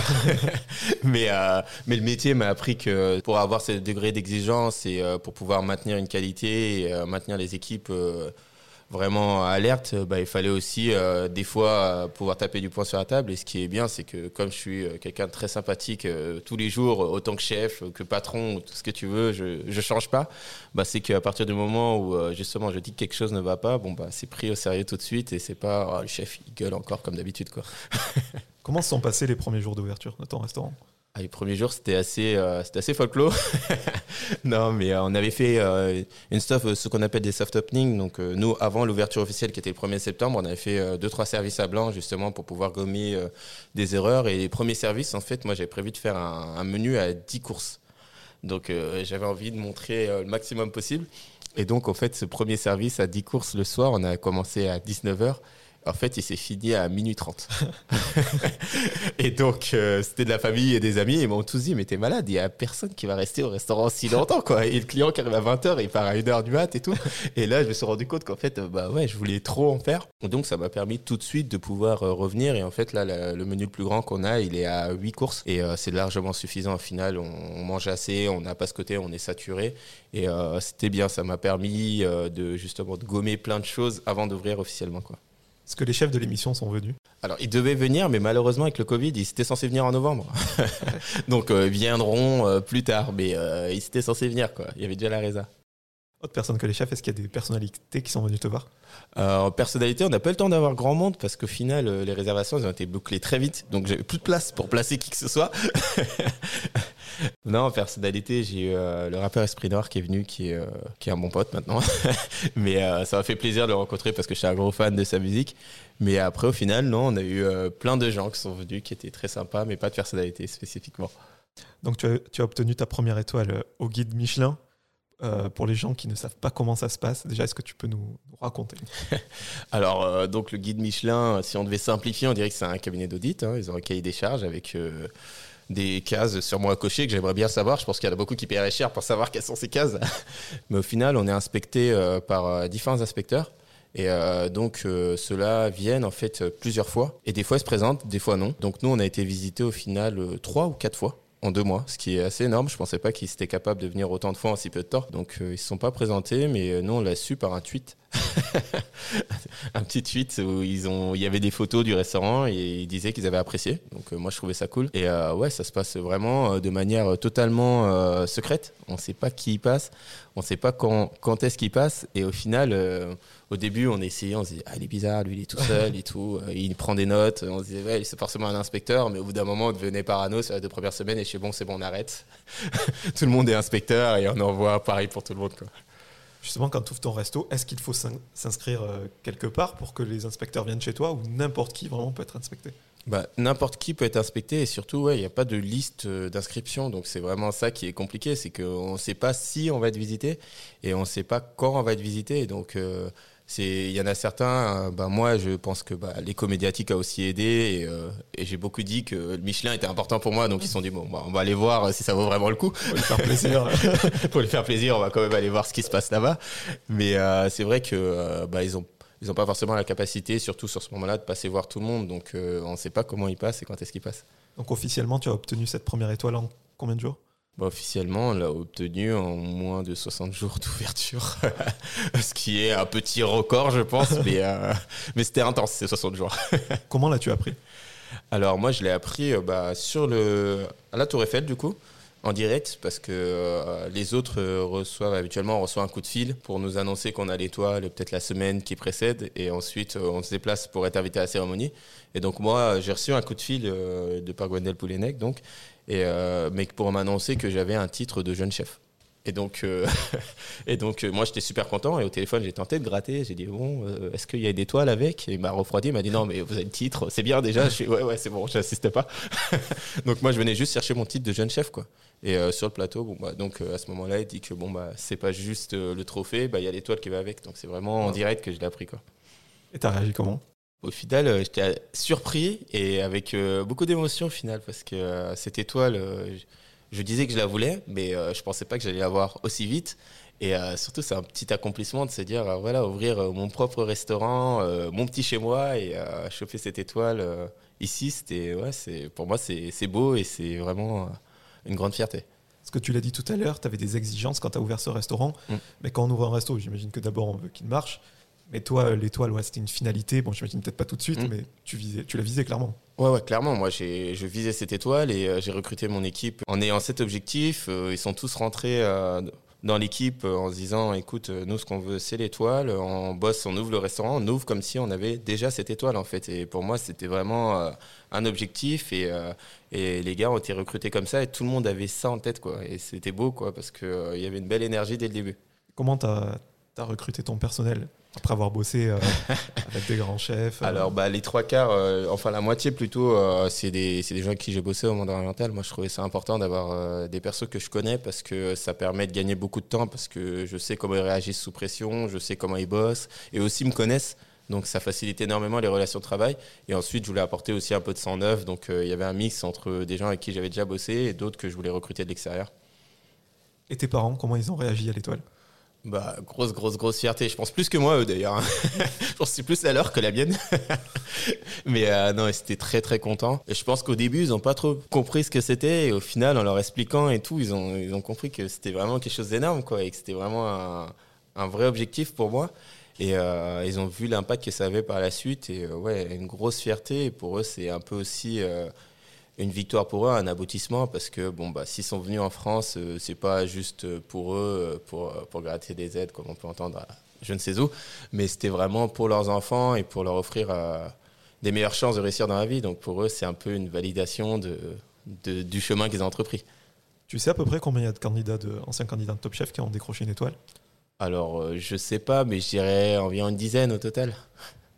mais, euh, mais le métier m'a appris que pour avoir ce degré d'exigence et euh, pour pouvoir maintenir une qualité et euh, maintenir les équipes euh, vraiment alerte, bah, il fallait aussi euh, des fois euh, pouvoir taper du poing sur la table. Et ce qui est bien, c'est que comme je suis euh, quelqu'un de très sympathique euh, tous les jours, autant que chef, que patron, tout ce que tu veux, je je change pas. Bah, c'est qu'à partir du moment où euh, justement je dis que quelque chose ne va pas, bon bah c'est pris au sérieux tout de suite et c'est pas oh, le chef il gueule encore comme d'habitude, quoi. Comment se sont passés les premiers jours d'ouverture de ton restaurant? Ah, les premiers jours, c'était assez, euh, c'était assez folklore. Non, mais euh, on avait fait euh, une stuff, euh, ce qu'on appelle des soft openings. Donc, euh, nous, avant l'ouverture officielle qui était le premier septembre, on avait fait euh, deux, trois services à blanc, justement, pour pouvoir gommer euh, des erreurs. Et les premiers services, en fait, moi, j'avais prévu de faire un, un menu à dix courses. Donc, euh, j'avais envie de montrer euh, le maximum possible. Et donc, en fait, ce premier service à dix courses le soir, on a commencé à dix-neuf heures. En fait, il s'est fini à minuit trente. Et donc, euh, c'était de la famille et des amis. Ils m'ont tous dit, mais t'es malade, il n'y a personne qui va rester au restaurant si longtemps, quoi. Et le client qui arrive à vingt heures, il part à une heure du mat et tout. Et là, je me suis rendu compte qu'en fait, bah ouais, je voulais trop en faire. Donc, ça m'a permis tout de suite de pouvoir euh, revenir. Et en fait, là, la, le menu le plus grand qu'on a, il est à huit courses. Et euh, c'est largement suffisant au final. On, on mange assez, on n'a pas ce côté, on est saturé. Et euh, c'était bien, ça m'a permis euh, de justement de gommer plein de choses avant d'ouvrir officiellement, quoi. Est-ce que les chefs de l'émission sont venus? Alors, ils devaient venir, mais malheureusement, avec le Covid, ils étaient censés venir en novembre. Donc, euh, ils viendront euh, plus tard, mais euh, ils étaient censés venir, quoi. Il y avait déjà la résa. Autre personne que les chefs, est-ce qu'il y a des personnalités qui sont venues te voir? euh, En personnalité, on n'a pas eu le temps d'avoir grand monde parce qu'au final, euh, les réservations elles ont été bouclées très vite. Donc, j'avais plus de place pour placer qui que ce soit. Non, en personnalité, j'ai eu euh, le rappeur Esprit Noir qui est venu, qui est, euh, qui est un bon pote maintenant. Mais euh, ça m'a fait plaisir de le rencontrer parce que je suis un gros fan de sa musique. Mais après, au final, non, on a eu euh, plein de gens qui sont venus, qui étaient très sympas, mais pas de personnalité spécifiquement. Donc, tu as, tu as obtenu ta première étoile au guide Michelin. euh, pour les gens qui ne savent pas comment ça se passe, déjà, est-ce que tu peux nous, nous raconter? Alors, euh, donc le guide Michelin, si on devait simplifier, on dirait que c'est un cabinet d'audit. Hein. Ils ont un cahier des charges avec euh, des cases sûrement à cocher que j'aimerais bien savoir. Je pense qu'il y en a beaucoup qui paieraient cher pour savoir quelles sont ces cases. Mais au final, on est inspecté euh, par euh, différents inspecteurs. Et euh, donc, euh, ceux-là viennent en fait plusieurs fois. Et des fois, ils se présentent, des fois non. Donc, nous, on a été visités au final euh, trois ou quatre fois en deux mois, ce qui est assez énorme. Je pensais pas qu'ils étaient capables de venir autant de fois en si peu de temps. Donc, euh, ils se sont pas présentés, mais euh, nous, on l'a su par un tweet. Un petit tweet où ils ont, il y avait des photos du restaurant et ils disaient qu'ils avaient apprécié. Donc, euh, moi, je trouvais ça cool. Et euh, ouais, ça se passe vraiment euh, de manière totalement euh, secrète. On sait pas qui y passe. On sait pas quand, quand est-ce qu'il passe. Et au final, euh, au début, on essayait, on se disait, ah, il est bizarre, lui, il est tout seul et tout. Euh, il prend des notes. On se disait, ouais, c'est forcément un inspecteur. Mais au bout d'un moment, on devenait parano sur les deux premières semaines. Et je sais, bon, c'est bon, on arrête. Tout le monde est inspecteur et on envoie pareil pour tout le monde, quoi. Justement, quand tu ouvres ton resto, est-ce qu'il faut s'in- s'inscrire euh, quelque part pour que les inspecteurs viennent chez toi ou n'importe qui vraiment peut être inspecté? Bah, n'importe qui peut être inspecté et surtout, ouais, il n'y a pas de liste euh, d'inscription. Donc, c'est vraiment ça qui est compliqué. C'est qu'on ne sait pas si on va être visité et on ne sait pas quand on va être visité. Et donc, euh, c'est, il y en a certains, euh, bah, moi, je pense que bah, l'éco médiatique a aussi aidé et, euh, et j'ai beaucoup dit que le Michelin était important pour moi. Donc, ils se sont dit, bon, bah, on va aller voir si ça vaut vraiment le coup. Pour lui faire plaisir. Pour lui faire plaisir, on va quand même aller voir ce qui se passe là-bas. Mais euh, c'est vrai que euh, bah, ils ont Ils n'ont pas forcément la capacité, surtout sur ce moment-là, de passer voir tout le monde. Donc, euh, on ne sait pas comment ils passent et quand est-ce qu'ils passent. Donc, officiellement, tu as obtenu cette première étoile en combien de jours? Bah, officiellement, on l'a obtenu en moins de soixante jours d'ouverture. Ce qui est un petit record, je pense. mais, euh, mais c'était intense, ces soixante jours. Comment l'as-tu appris? Alors, moi, je l'ai appris euh, bah, sur le... à la Tour Eiffel, du coup. En direct, parce que euh, les autres euh, reçoivent habituellement, on reçoit un coup de fil pour nous annoncer qu'on a l'étoile peut-être la semaine qui précède et ensuite euh, on se déplace pour être invité à la cérémonie. Et donc moi, j'ai reçu un coup de fil euh, de par Gwendal Poulenec, donc, et, euh, mais pour m'annoncer que j'avais un titre de jeune chef. Et donc, euh, et donc euh, moi, j'étais super content. Et au téléphone, j'ai tenté de gratter. J'ai dit, bon, euh, est-ce qu'il y a une étoile avec? Et il m'a refroidi. Il m'a dit, non, mais vous avez le titre. C'est bien déjà. Je suis, ouais, ouais, c'est bon, je n'insistais pas. Donc, moi, je venais juste chercher mon titre de jeune chef, quoi. Et euh, sur le plateau, bon, bah, donc, euh, à ce moment-là, il dit que bon, bah, c'est pas juste euh, le trophée, bah, il y a l'étoile qui va avec. Donc, c'est vraiment en direct que je l'ai appris, quoi. Et tu as réagi comment? Au final, euh, j'étais surpris et avec euh, beaucoup d'émotion au final, parce que euh, cette étoile, euh, je, je disais que je la voulais, mais euh, je pensais pas que j'allais l'avoir aussi vite. Et euh, surtout, c'est un petit accomplissement de se dire, euh, voilà, ouvrir euh, mon propre restaurant, euh, mon petit chez moi et euh, choper cette étoile euh, ici, c'était, ouais, c'est, pour moi, c'est, c'est beau et c'est vraiment euh, une grande fierté. Parce que tu l'as dit tout à l'heure, tu avais des exigences quand tu as ouvert ce restaurant. Mm. Mais quand on ouvre un resto, j'imagine que d'abord on veut qu'il marche. Mais toi, l'étoile, ouais, c'était une finalité. Bon, j'imagine peut-être pas tout de suite, mmh. mais tu, visais, tu la visais clairement. Ouais, ouais, clairement. Moi, j'ai, je visais cette étoile et euh, j'ai recruté mon équipe en ayant cet objectif. Euh, ils sont tous rentrés euh, dans l'équipe euh, en se disant, écoute, euh, nous, ce qu'on veut, c'est l'étoile. On bosse, on ouvre le restaurant, on ouvre comme si on avait déjà cette étoile, en fait. Et pour moi, c'était vraiment euh, un objectif et, euh, et les gars ont été recrutés comme ça et tout le monde avait ça en tête, quoi. Et c'était beau, quoi, parce qu'il euh, y avait une belle énergie dès le début. Comment tu as recruté ton personnel ? Après avoir bossé euh, avec des grands chefs. Euh... Alors, bah, les trois quarts, euh, enfin la moitié plutôt, euh, c'est, des, c'est des gens avec qui j'ai bossé au Monde Oriental. Moi, je trouvais ça important d'avoir euh, des persos que je connais parce que ça permet de gagner beaucoup de temps parce que je sais comment ils réagissent sous pression, je sais comment ils bossent et aussi me connaissent. Donc, ça facilite énormément les relations de travail. Et ensuite, je voulais apporter aussi un peu de sang neuf. Donc, euh, il y avait un mix entre des gens avec qui j'avais déjà bossé et d'autres que je voulais recruter de l'extérieur. Et tes parents, comment ils ont réagi à l'étoile ? Bah, grosse, grosse, grosse fierté. Je pense plus que moi, eux, d'ailleurs. Je pense que c'est plus à leur que la mienne. Mais euh, non, ils étaient très, très contents. Et je pense qu'au début, ils n'ont pas trop compris ce que c'était. Et au final, en leur expliquant et tout, ils ont, ils ont compris que c'était vraiment quelque chose d'énorme, quoi. Et que c'était vraiment un, un vrai objectif pour moi. Et euh, ils ont vu l'impact que ça avait par la suite. Et euh, ouais, une grosse fierté. Et pour eux, c'est un peu aussi... Euh, une victoire pour eux, un aboutissement, parce que bon, bah, s'ils sont venus en France, euh, c'est pas juste pour eux, pour, pour gratter des aides, comme on peut entendre à je ne sais où, mais c'était vraiment pour leurs enfants et pour leur offrir euh, des meilleures chances de réussir dans la vie. Donc pour eux, c'est un peu une validation de, de, du chemin qu'ils ont entrepris. Tu sais à peu près combien il y a de candidats, de, anciens candidats de Top Chef qui ont décroché une étoile ? Alors, euh, je sais pas, mais je dirais environ une dizaine au total.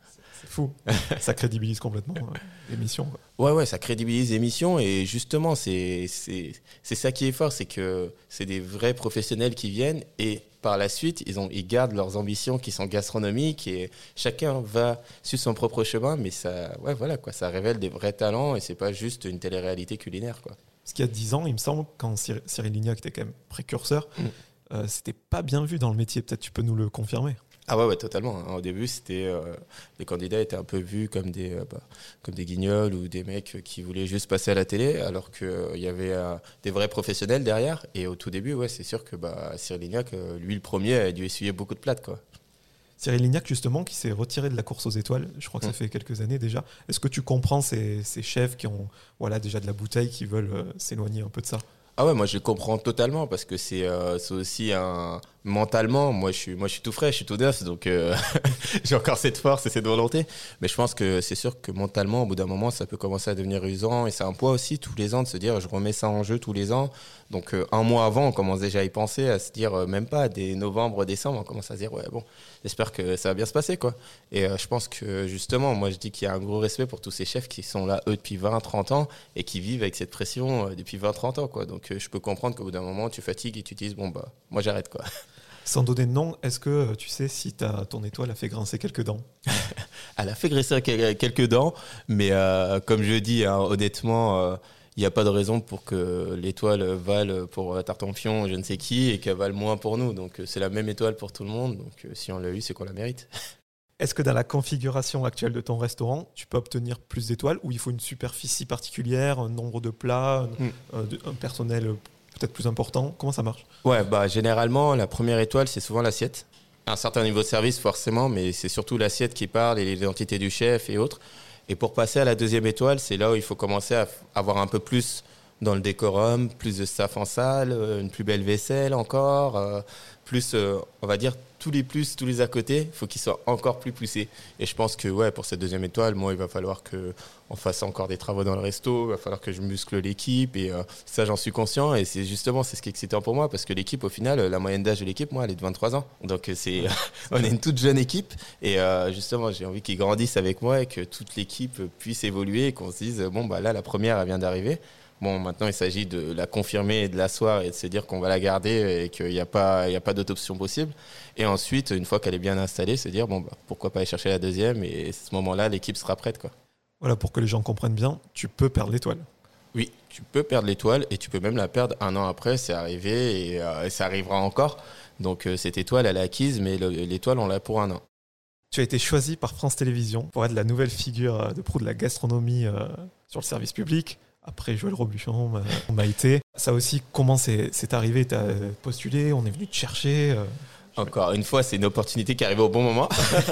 C'est fou. Ça crédibilise complètement euh, l'émission. Quoi. Ouais, ouais, ça crédibilise l'émission et justement, c'est, c'est, c'est ça qui est fort, c'est que c'est des vrais professionnels qui viennent et par la suite, ils, ont, ils gardent leurs ambitions qui sont gastronomiques et chacun va sur son propre chemin, mais ça, ouais, voilà, quoi, ça révèle des vrais talents et c'est pas juste une télé-réalité culinaire, quoi. Parce qu'il y a dix ans, il me semble, quand Cyr- Cyril Lignac était quand même précurseur, mm. euh, c'était pas bien vu dans le métier. Peut-être tu peux nous le confirmer. Ah ouais, ouais, totalement. Au début, c'était euh, les candidats étaient un peu vus comme des euh, bah, comme des guignols ou des mecs qui voulaient juste passer à la télé, alors que euh, il y avait euh, des vrais professionnels derrière. Et au tout début, ouais, c'est sûr que bah, Cyril Lignac, euh, lui le premier, a dû essuyer beaucoup de plâtre, quoi. Cyril Lignac, justement, qui s'est retiré de la course aux étoiles, je crois que ça fait quelques années déjà. Est-ce que tu comprends ces, ces chefs qui ont voilà, déjà de la bouteille, qui veulent euh, s'éloigner un peu de ça ? Ah ouais, moi je le comprends totalement parce que c'est euh, c'est aussi un mentalement, moi je suis moi je suis tout frais, je suis tout neuf, donc euh, j'ai encore cette force et cette volonté. Mais je pense que c'est sûr que mentalement, au bout d'un moment, ça peut commencer à devenir usant et c'est un poids aussi tous les ans de se dire je remets ça en jeu tous les ans. Donc euh, un mois avant, on commence déjà à y penser, à se dire euh, même pas dès novembre, décembre, on commence à se dire ouais bon, j'espère que ça va bien se passer quoi. Et euh, je pense que justement, moi je dis qu'il y a un gros respect pour tous ces chefs qui sont là eux depuis vingt trente ans et qui vivent avec cette pression euh, depuis vingt trente ans quoi. Donc euh, je peux comprendre qu'au bout d'un moment, tu fatigues et tu te dis bon bah moi j'arrête quoi. Sans donner de nom, est-ce que tu sais si ta, ton étoile a fait grincer quelques dents ? Elle a fait grincer quelques dents, mais euh, comme je dis, hein, honnêtement, il euh, n'y a pas de raison pour que l'étoile vale pour Tartampion, je ne sais qui, et qu'elle vale moins pour nous. Donc c'est la même étoile pour tout le monde. Donc euh, si on l'a eu, c'est qu'on la mérite. Est-ce que dans la configuration actuelle de ton restaurant, tu peux obtenir plus d'étoiles ou il faut une superficie particulière, un nombre de plats, mm. un, un personnel peut-être plus important ? Comment ça marche ? Ouais, bah généralement, la première étoile, c'est souvent l'assiette. Un certain niveau de service, forcément, mais c'est surtout l'assiette qui parle et l'identité du chef et autres. Et pour passer à la deuxième étoile, c'est là où il faut commencer à avoir un peu plus dans le décorum, plus de staff en salle, une plus belle vaisselle encore, euh, plus, euh, on va dire, tous les plus, tous les à côté, il faut qu'ils soient encore plus poussés. Et je pense que ouais, pour cette deuxième étoile, moi, il va falloir qu'on fasse encore des travaux dans le resto, il va falloir que je muscle l'équipe, et euh, ça, j'en suis conscient. Et c'est justement, c'est ce qui est excitant pour moi, parce que l'équipe, au final, la moyenne d'âge de l'équipe, moi, elle est de vingt-trois ans. Donc, c'est, on est une toute jeune équipe, et euh, justement, j'ai envie qu'ils grandissent avec moi, et que toute l'équipe puisse évoluer, et qu'on se dise, bon, bah là, la première, elle vient d'arriver. Bon, maintenant, il s'agit de la confirmer et de l'asseoir et de se dire qu'on va la garder et qu'il n'y a pas, il n'y a pas d'autre option possible. Et ensuite, une fois qu'elle est bien installée, se dire, bon, bah, pourquoi pas aller chercher la deuxième et à ce moment-là, l'équipe sera prête, quoi. Voilà, pour que les gens comprennent bien, tu peux perdre l'étoile. Oui, tu peux perdre l'étoile et tu peux même la perdre un an après, c'est arrivé et, euh, et ça arrivera encore. Donc, euh, cette étoile, elle est acquise, mais le, l'étoile, on l'a pour un an. Tu as été choisi par France Télévisions pour être la nouvelle figure de proue de la gastronomie euh, sur le service public. Après Joël Robuchon, on m'a été. Ça aussi, comment c'est, c'est arrivé ? Tu as postulé, on est venu te chercher euh... Encore une fois, c'est une opportunité qui arrivait au bon moment.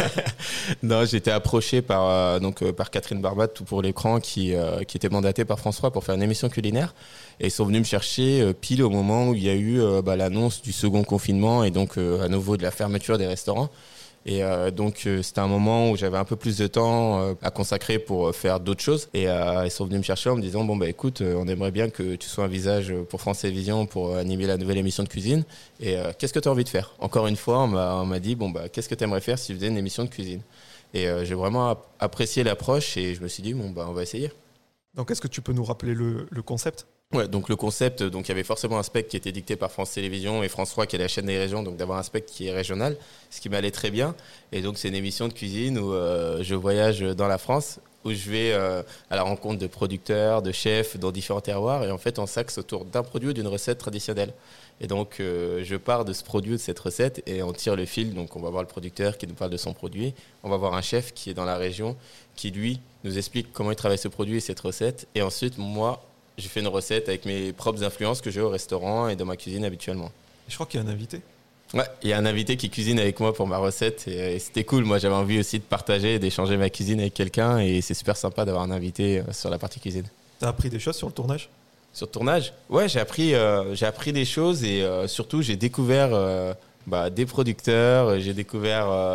Non, j'ai été approché par, euh, donc, euh, par Catherine Barbat, Tout pour l'écran, qui, euh, qui était mandatée par France trois pour faire une émission culinaire. Et ils sont venus me chercher euh, pile au moment où il y a eu euh, bah, l'annonce du second confinement et donc euh, à nouveau de la fermeture des restaurants. Et euh, donc euh, c'était un moment où j'avais un peu plus de temps euh, à consacrer pour euh, faire d'autres choses. Et euh, ils sont venus me chercher en me disant bon bah écoute, euh, on aimerait bien que tu sois un visage pour France Télévisions pour euh, animer la nouvelle émission de cuisine. Et euh, qu'est-ce que tu as envie de faire ? Encore une fois, on m'a, on m'a dit bon bah qu'est-ce que tu aimerais faire si tu faisais une émission de cuisine ? Et euh, j'ai vraiment ap- apprécié l'approche et je me suis dit bon bah on va essayer. Donc est-ce que tu peux nous rappeler le, le concept ? Ouais, donc le concept, donc il y avait forcément un spectre qui était dicté par France Télévisions et France trois qui est la chaîne des régions, donc d'avoir un spectre qui est régional, ce qui m'allait très bien. Et donc c'est une émission de cuisine où euh, je voyage dans la France, où je vais euh, à la rencontre de producteurs, de chefs dans différents terroirs, et en fait on s'axe autour d'un produit ou d'une recette traditionnelle. Et donc euh, je pars de ce produit ou de cette recette et on tire le fil, donc on va voir le producteur qui nous parle de son produit, on va voir un chef qui est dans la région, qui lui nous explique comment il travaille ce produit et cette recette, et ensuite moi, j'ai fait une recette avec mes propres influences que j'ai au restaurant et dans ma cuisine habituellement. Je crois qu'il y a un invité. Ouais, il y a un invité qui cuisine avec moi pour ma recette et, et c'était cool. Moi, j'avais envie aussi de partager et d'échanger ma cuisine avec quelqu'un et c'est super sympa d'avoir un invité sur la partie cuisine. T'as appris des choses sur le tournage ? Sur le tournage ? Ouais, j'ai appris, euh, j'ai appris des choses et euh, surtout, j'ai découvert euh, bah, des producteurs, j'ai découvert... Euh,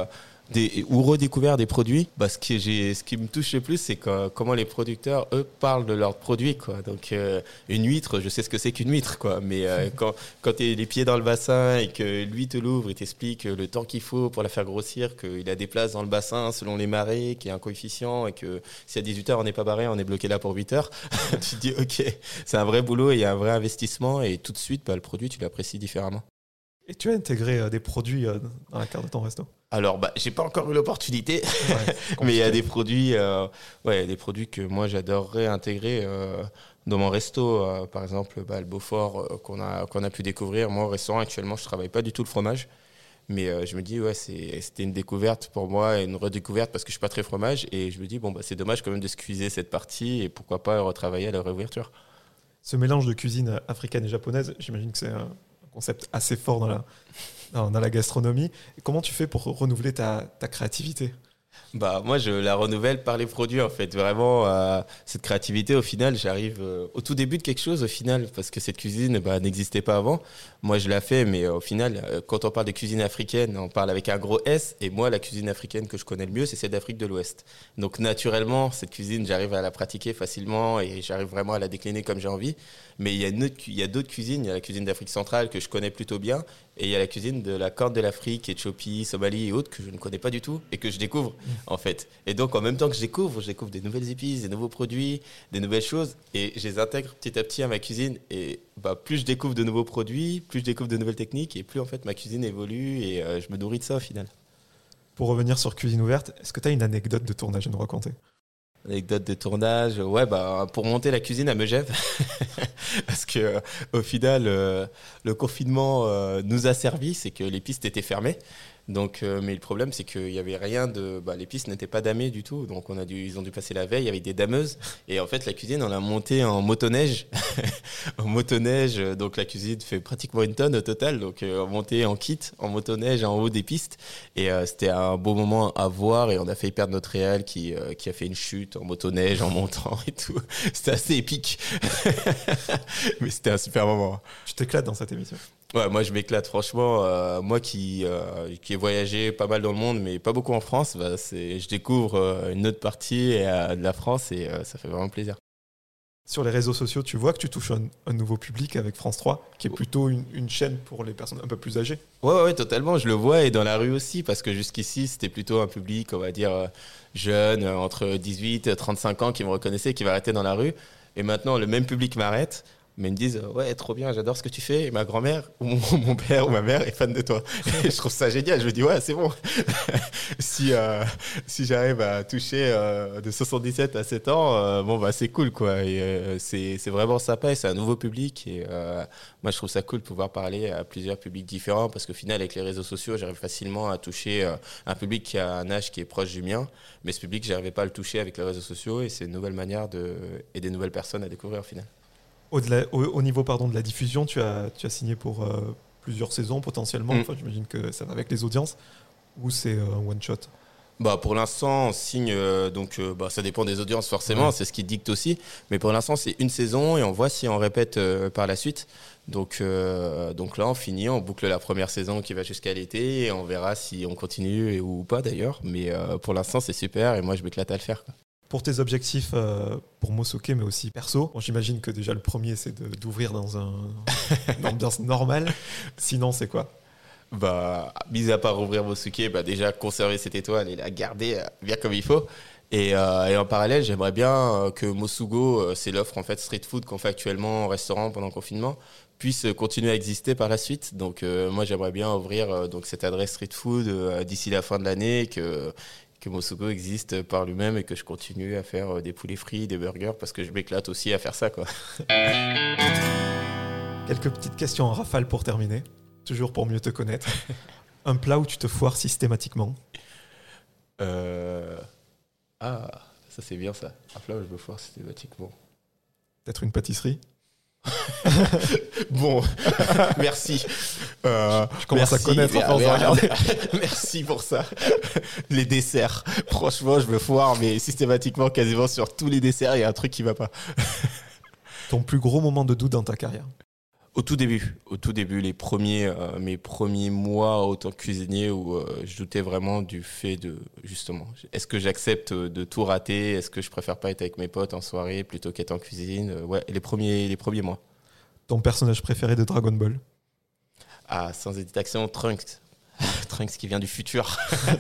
des, ou redécouvert des produits. Bah, ce, qui, j'ai, ce qui me touche le plus, c'est que, comment les producteurs, eux, parlent de leurs produits, quoi. Donc, euh, une huître, je sais ce que c'est qu'une huître, quoi. Mais euh, quand, quand tu as les pieds dans le bassin et que lui te l'ouvre et t'explique le temps qu'il faut pour la faire grossir, qu'il a des places dans le bassin selon les marées, qu'il y a un coefficient et que si à dix-huit heures on n'est pas barré, on est bloqué là pour huit heures, tu te dis, OK, c'est un vrai boulot et il y a un vrai investissement et tout de suite, bah, le produit, tu l'apprécies différemment. Et tu as intégré euh, des produits euh, dans la carte de ton resto? Alors, bah, j'ai pas encore eu l'opportunité, ouais, mais il y a des produits, euh, ouais, des produits que moi j'adorerais intégrer euh, dans mon resto. Euh, par exemple, bah, le Beaufort euh, qu'on a qu'on a pu découvrir. Moi, au restaurant actuellement, je travaille pas du tout le fromage, mais euh, je me dis ouais, c'est, c'était une découverte pour moi, une redécouverte parce que je suis pas très fromage, et je me dis bon bah c'est dommage quand même de squeezer cette partie et pourquoi pas retravailler à la réouverture. Ce mélange de cuisine africaine et japonaise, j'imagine que c'est un concept assez fort dans la, dans, dans la gastronomie. Et comment tu fais pour renouveler ta, ta créativité? Bah, moi, je la renouvelle par les produits, en fait. Vraiment, euh, cette créativité, au final, j'arrive euh, au tout début de quelque chose, au final, parce que cette cuisine bah, n'existait pas avant. Moi, je la fais, mais euh, au final, euh, quand on parle de cuisine africaine, on parle avec un gros S. Et moi, la cuisine africaine que je connais le mieux, c'est celle d'Afrique de l'Ouest. Donc, naturellement, cette cuisine, j'arrive à la pratiquer facilement et j'arrive vraiment à la décliner comme j'ai envie. Mais il y a, une autre, il y a d'autres cuisines. Il y a la cuisine d'Afrique centrale que je connais plutôt bien. Et il y a la cuisine de la Corne de l'Afrique, Éthiopie, Somalie et autres que je ne connais pas du tout et que je découvre, en fait. Et donc, en même temps que je découvre, je découvre des nouvelles épices, des nouveaux produits, des nouvelles choses. Et je les intègre petit à petit à ma cuisine. Et bah, plus je découvre de nouveaux produits, plus je découvre de nouvelles techniques et plus, en fait, ma cuisine évolue et euh, je me nourris de ça, au final. Pour revenir sur Cuisine Ouverte, est-ce que tu as une anecdote de tournage à nous raconter? Anecdote de tournage, ouais, bah, pour monter la cuisine à Megève, parce que euh, au final, euh, le confinement euh, nous a servi, c'est que les pistes étaient fermées. Donc, euh, mais le problème, c'est qu'il y avait rien de, bah, les pistes n'étaient pas damées du tout. Donc, on a dû, ils ont dû passer la veille avec des dameuses. Et en fait, la cuisine, on l'a montée en motoneige, en motoneige. Donc, la cuisine fait pratiquement une tonne au total. Donc, euh, montée en kit, en motoneige, en haut des pistes. Et euh, c'était un beau moment à voir. Et on a failli perdre notre réal qui, euh, qui a fait une chute en motoneige, en montant et tout. C'était assez épique. Mais c'était un super moment. Tu t'éclates dans cette émission? Ouais, moi je m'éclate franchement. Euh, moi qui euh, qui ai voyagé pas mal dans le monde, mais pas beaucoup en France, bah, c'est je découvre euh, une autre partie euh, de la France et euh, ça fait vraiment plaisir. Sur les réseaux sociaux, tu vois que tu touches un, un nouveau public avec France trois, qui est plutôt une, une chaîne pour les personnes un peu plus âgées. Ouais, ouais, totalement. Je le vois et dans la rue aussi, parce que jusqu'ici c'était plutôt un public, on va dire euh, jeune, euh, entre dix-huit et trente-cinq ans, qui me reconnaissait, qui m'arrêtait dans la rue. Et maintenant, le même public m'arrête. Mais ils me disent ouais, trop bien, j'adore ce que tu fais, et ma grand-mère ou mon, mon père ou ma mère est fan de toi. Et je trouve ça génial. Je me dis ouais, c'est bon. si euh, si j'arrive à toucher euh, de soixante-dix-sept à sept ans, euh, bon bah c'est cool quoi. Et euh, c'est c'est vraiment sympa et c'est un nouveau public. Et euh, moi je trouve ça cool de pouvoir parler à plusieurs publics différents, parce qu'au final avec les réseaux sociaux, j'arrive facilement à toucher euh, un public qui a un âge qui est proche du mien, mais ce public j'arrivais pas à le toucher avec les réseaux sociaux, et c'est une nouvelle manière de et des nouvelles personnes à découvrir au final. Au-delà, au, au niveau pardon, de la diffusion, tu as, tu as signé pour euh, plusieurs saisons potentiellement. Mmh. Enfin, j'imagine que ça va avec les audiences. Ou c'est euh, un one-shot? Bah, pour l'instant, on signe, euh, donc euh, bah, ça dépend des audiences forcément, ouais. C'est ce qui dicte aussi. Mais pour l'instant, c'est une saison et on voit si on répète euh, par la suite. Donc, euh, donc là, on finit, on boucle la première saison qui va jusqu'à l'été et on verra si on continue et, ou pas d'ailleurs. Mais euh, pour l'instant, c'est super et moi, je m'éclate à le faire, quoi. Pour tes objectifs euh, pour Mosoke, mais aussi perso, bon, j'imagine que déjà le premier, c'est de, d'ouvrir dans un, une ambiance normale. Sinon, c'est quoi? Bah, mis à part ouvrir Mosoke, bah déjà conserver cette étoile et la garder bien comme il faut. Et, euh, et en parallèle, j'aimerais bien que Mosugo, c'est l'offre en fait street food qu'on fait actuellement en restaurant pendant le confinement, puisse continuer à exister par la suite. Donc euh, moi, j'aimerais bien ouvrir euh, donc cette adresse street food euh, d'ici la fin de l'année, que que Mosugo existe par lui-même et que je continue à faire des poulets frits, des burgers, parce que je m'éclate aussi à faire ça, quoi. Quelques petites questions en rafale pour terminer, toujours pour mieux te connaître. Un plat où tu te foires systématiquement? euh... Ah, ça c'est bien ça. Un plat où je me foire systématiquement. Peut-être une pâtisserie? Bon, merci. Euh, je commence merci, à connaître. À regarder. Merci pour ça. Les desserts. Franchement, je me foire, mais systématiquement, quasiment sur tous les desserts, il y a un truc qui va pas. Ton plus gros moment de doute dans ta carrière? Au tout début, au tout début, les premiers, euh, mes premiers mois en tant que cuisinier où euh, je doutais vraiment du fait de, justement, est-ce que j'accepte de tout rater? Est-ce que je préfère pas être avec mes potes en soirée plutôt qu'être en cuisine? euh, Ouais, les premiers, les premiers mois. Ton personnage préféré de Dragon Ball? Ah, sans hésitation, Trunks. Trunks qui vient du futur.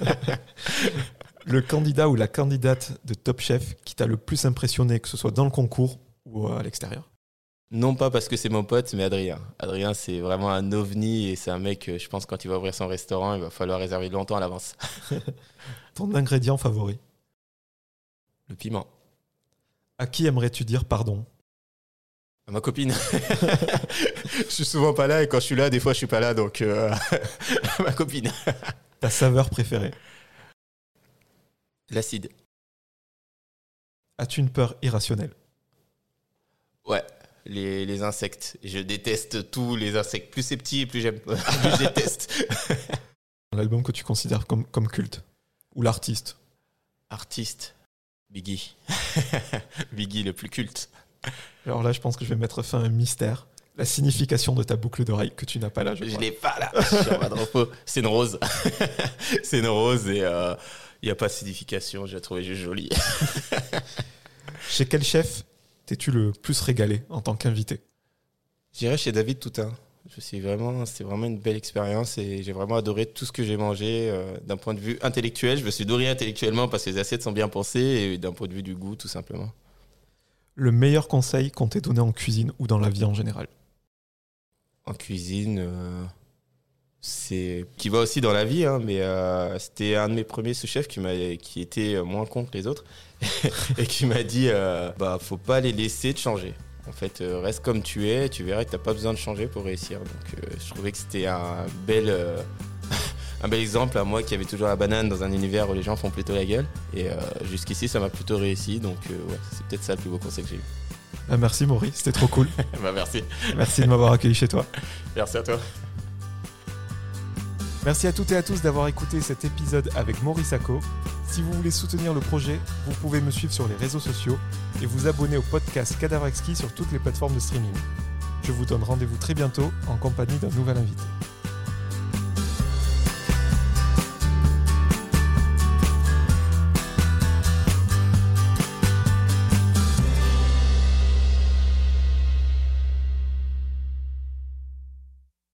Le candidat ou la candidate de Top Chef qui t'a le plus impressionné, que ce soit dans le concours ou à l'extérieur? Non pas parce que c'est mon pote, mais Adrien. Adrien, c'est vraiment un ovni et c'est un mec, je pense, quand il va ouvrir son restaurant, il va falloir réserver longtemps à l'avance. Ton ingrédient favori? Le piment. À qui aimerais-tu dire pardon? À ma copine. Je suis souvent pas là et quand je suis là, des fois, je suis pas là, donc euh, à ma copine. Ta saveur préférée? L'acide. As-tu une peur irrationnelle? Ouais. Les, les insectes. Je déteste tous les insectes. Plus c'est petit, plus j'aime, plus je déteste. L'album que tu considères comme, comme culte? Ou l'artiste? Artiste. Biggie. Biggie, le plus culte. Alors là, je pense que je vais mettre fin à un mystère. La signification de ta boucle d'oreille que tu n'as pas là, je Je crois. l'ai pas là. Je suis en mode repos. C'est une rose. C'est une rose et il euh, n'y a pas de signification. Je la trouvais juste jolie. Chez quel chef t'es-tu le plus régalé en tant qu'invité? J'irai chez David Toutain. Je suis vraiment, c'est vraiment une belle expérience et j'ai vraiment adoré tout ce que j'ai mangé. Euh, d'un point de vue intellectuel, je me suis nourri intellectuellement parce que les assiettes sont bien pensées et d'un point de vue du goût, tout simplement. Le meilleur conseil qu'on t'ait donné en cuisine ou dans la vie en général? En cuisine, euh, c'est qui va aussi dans la vie, hein, mais euh, c'était un de mes premiers sous-chefs qui m'a, qui était moins con que les autres et qui m'a dit, euh, bah, faut pas les laisser te changer. En fait, euh, reste comme tu es, tu verras que t'as pas besoin de changer pour réussir. Donc, euh, je trouvais que c'était un bel, euh, un bel exemple à moi qui avait toujours la banane dans un univers où les gens font plutôt la gueule. Et euh, jusqu'ici, ça m'a plutôt réussi. Donc, euh, ouais, c'est peut-être ça le plus beau conseil que j'ai eu. Ah, merci Maurice, c'était trop cool. Bah, merci. Merci de m'avoir accueilli chez toi. Merci à toi. Merci à toutes et à tous d'avoir écouté cet épisode avec Maurice Acco. Si vous voulez soutenir le projet, vous pouvez me suivre sur les réseaux sociaux et vous abonner au podcast Cadavre Exquis sur toutes les plateformes de streaming. Je vous donne rendez-vous très bientôt en compagnie d'un nouvel invité.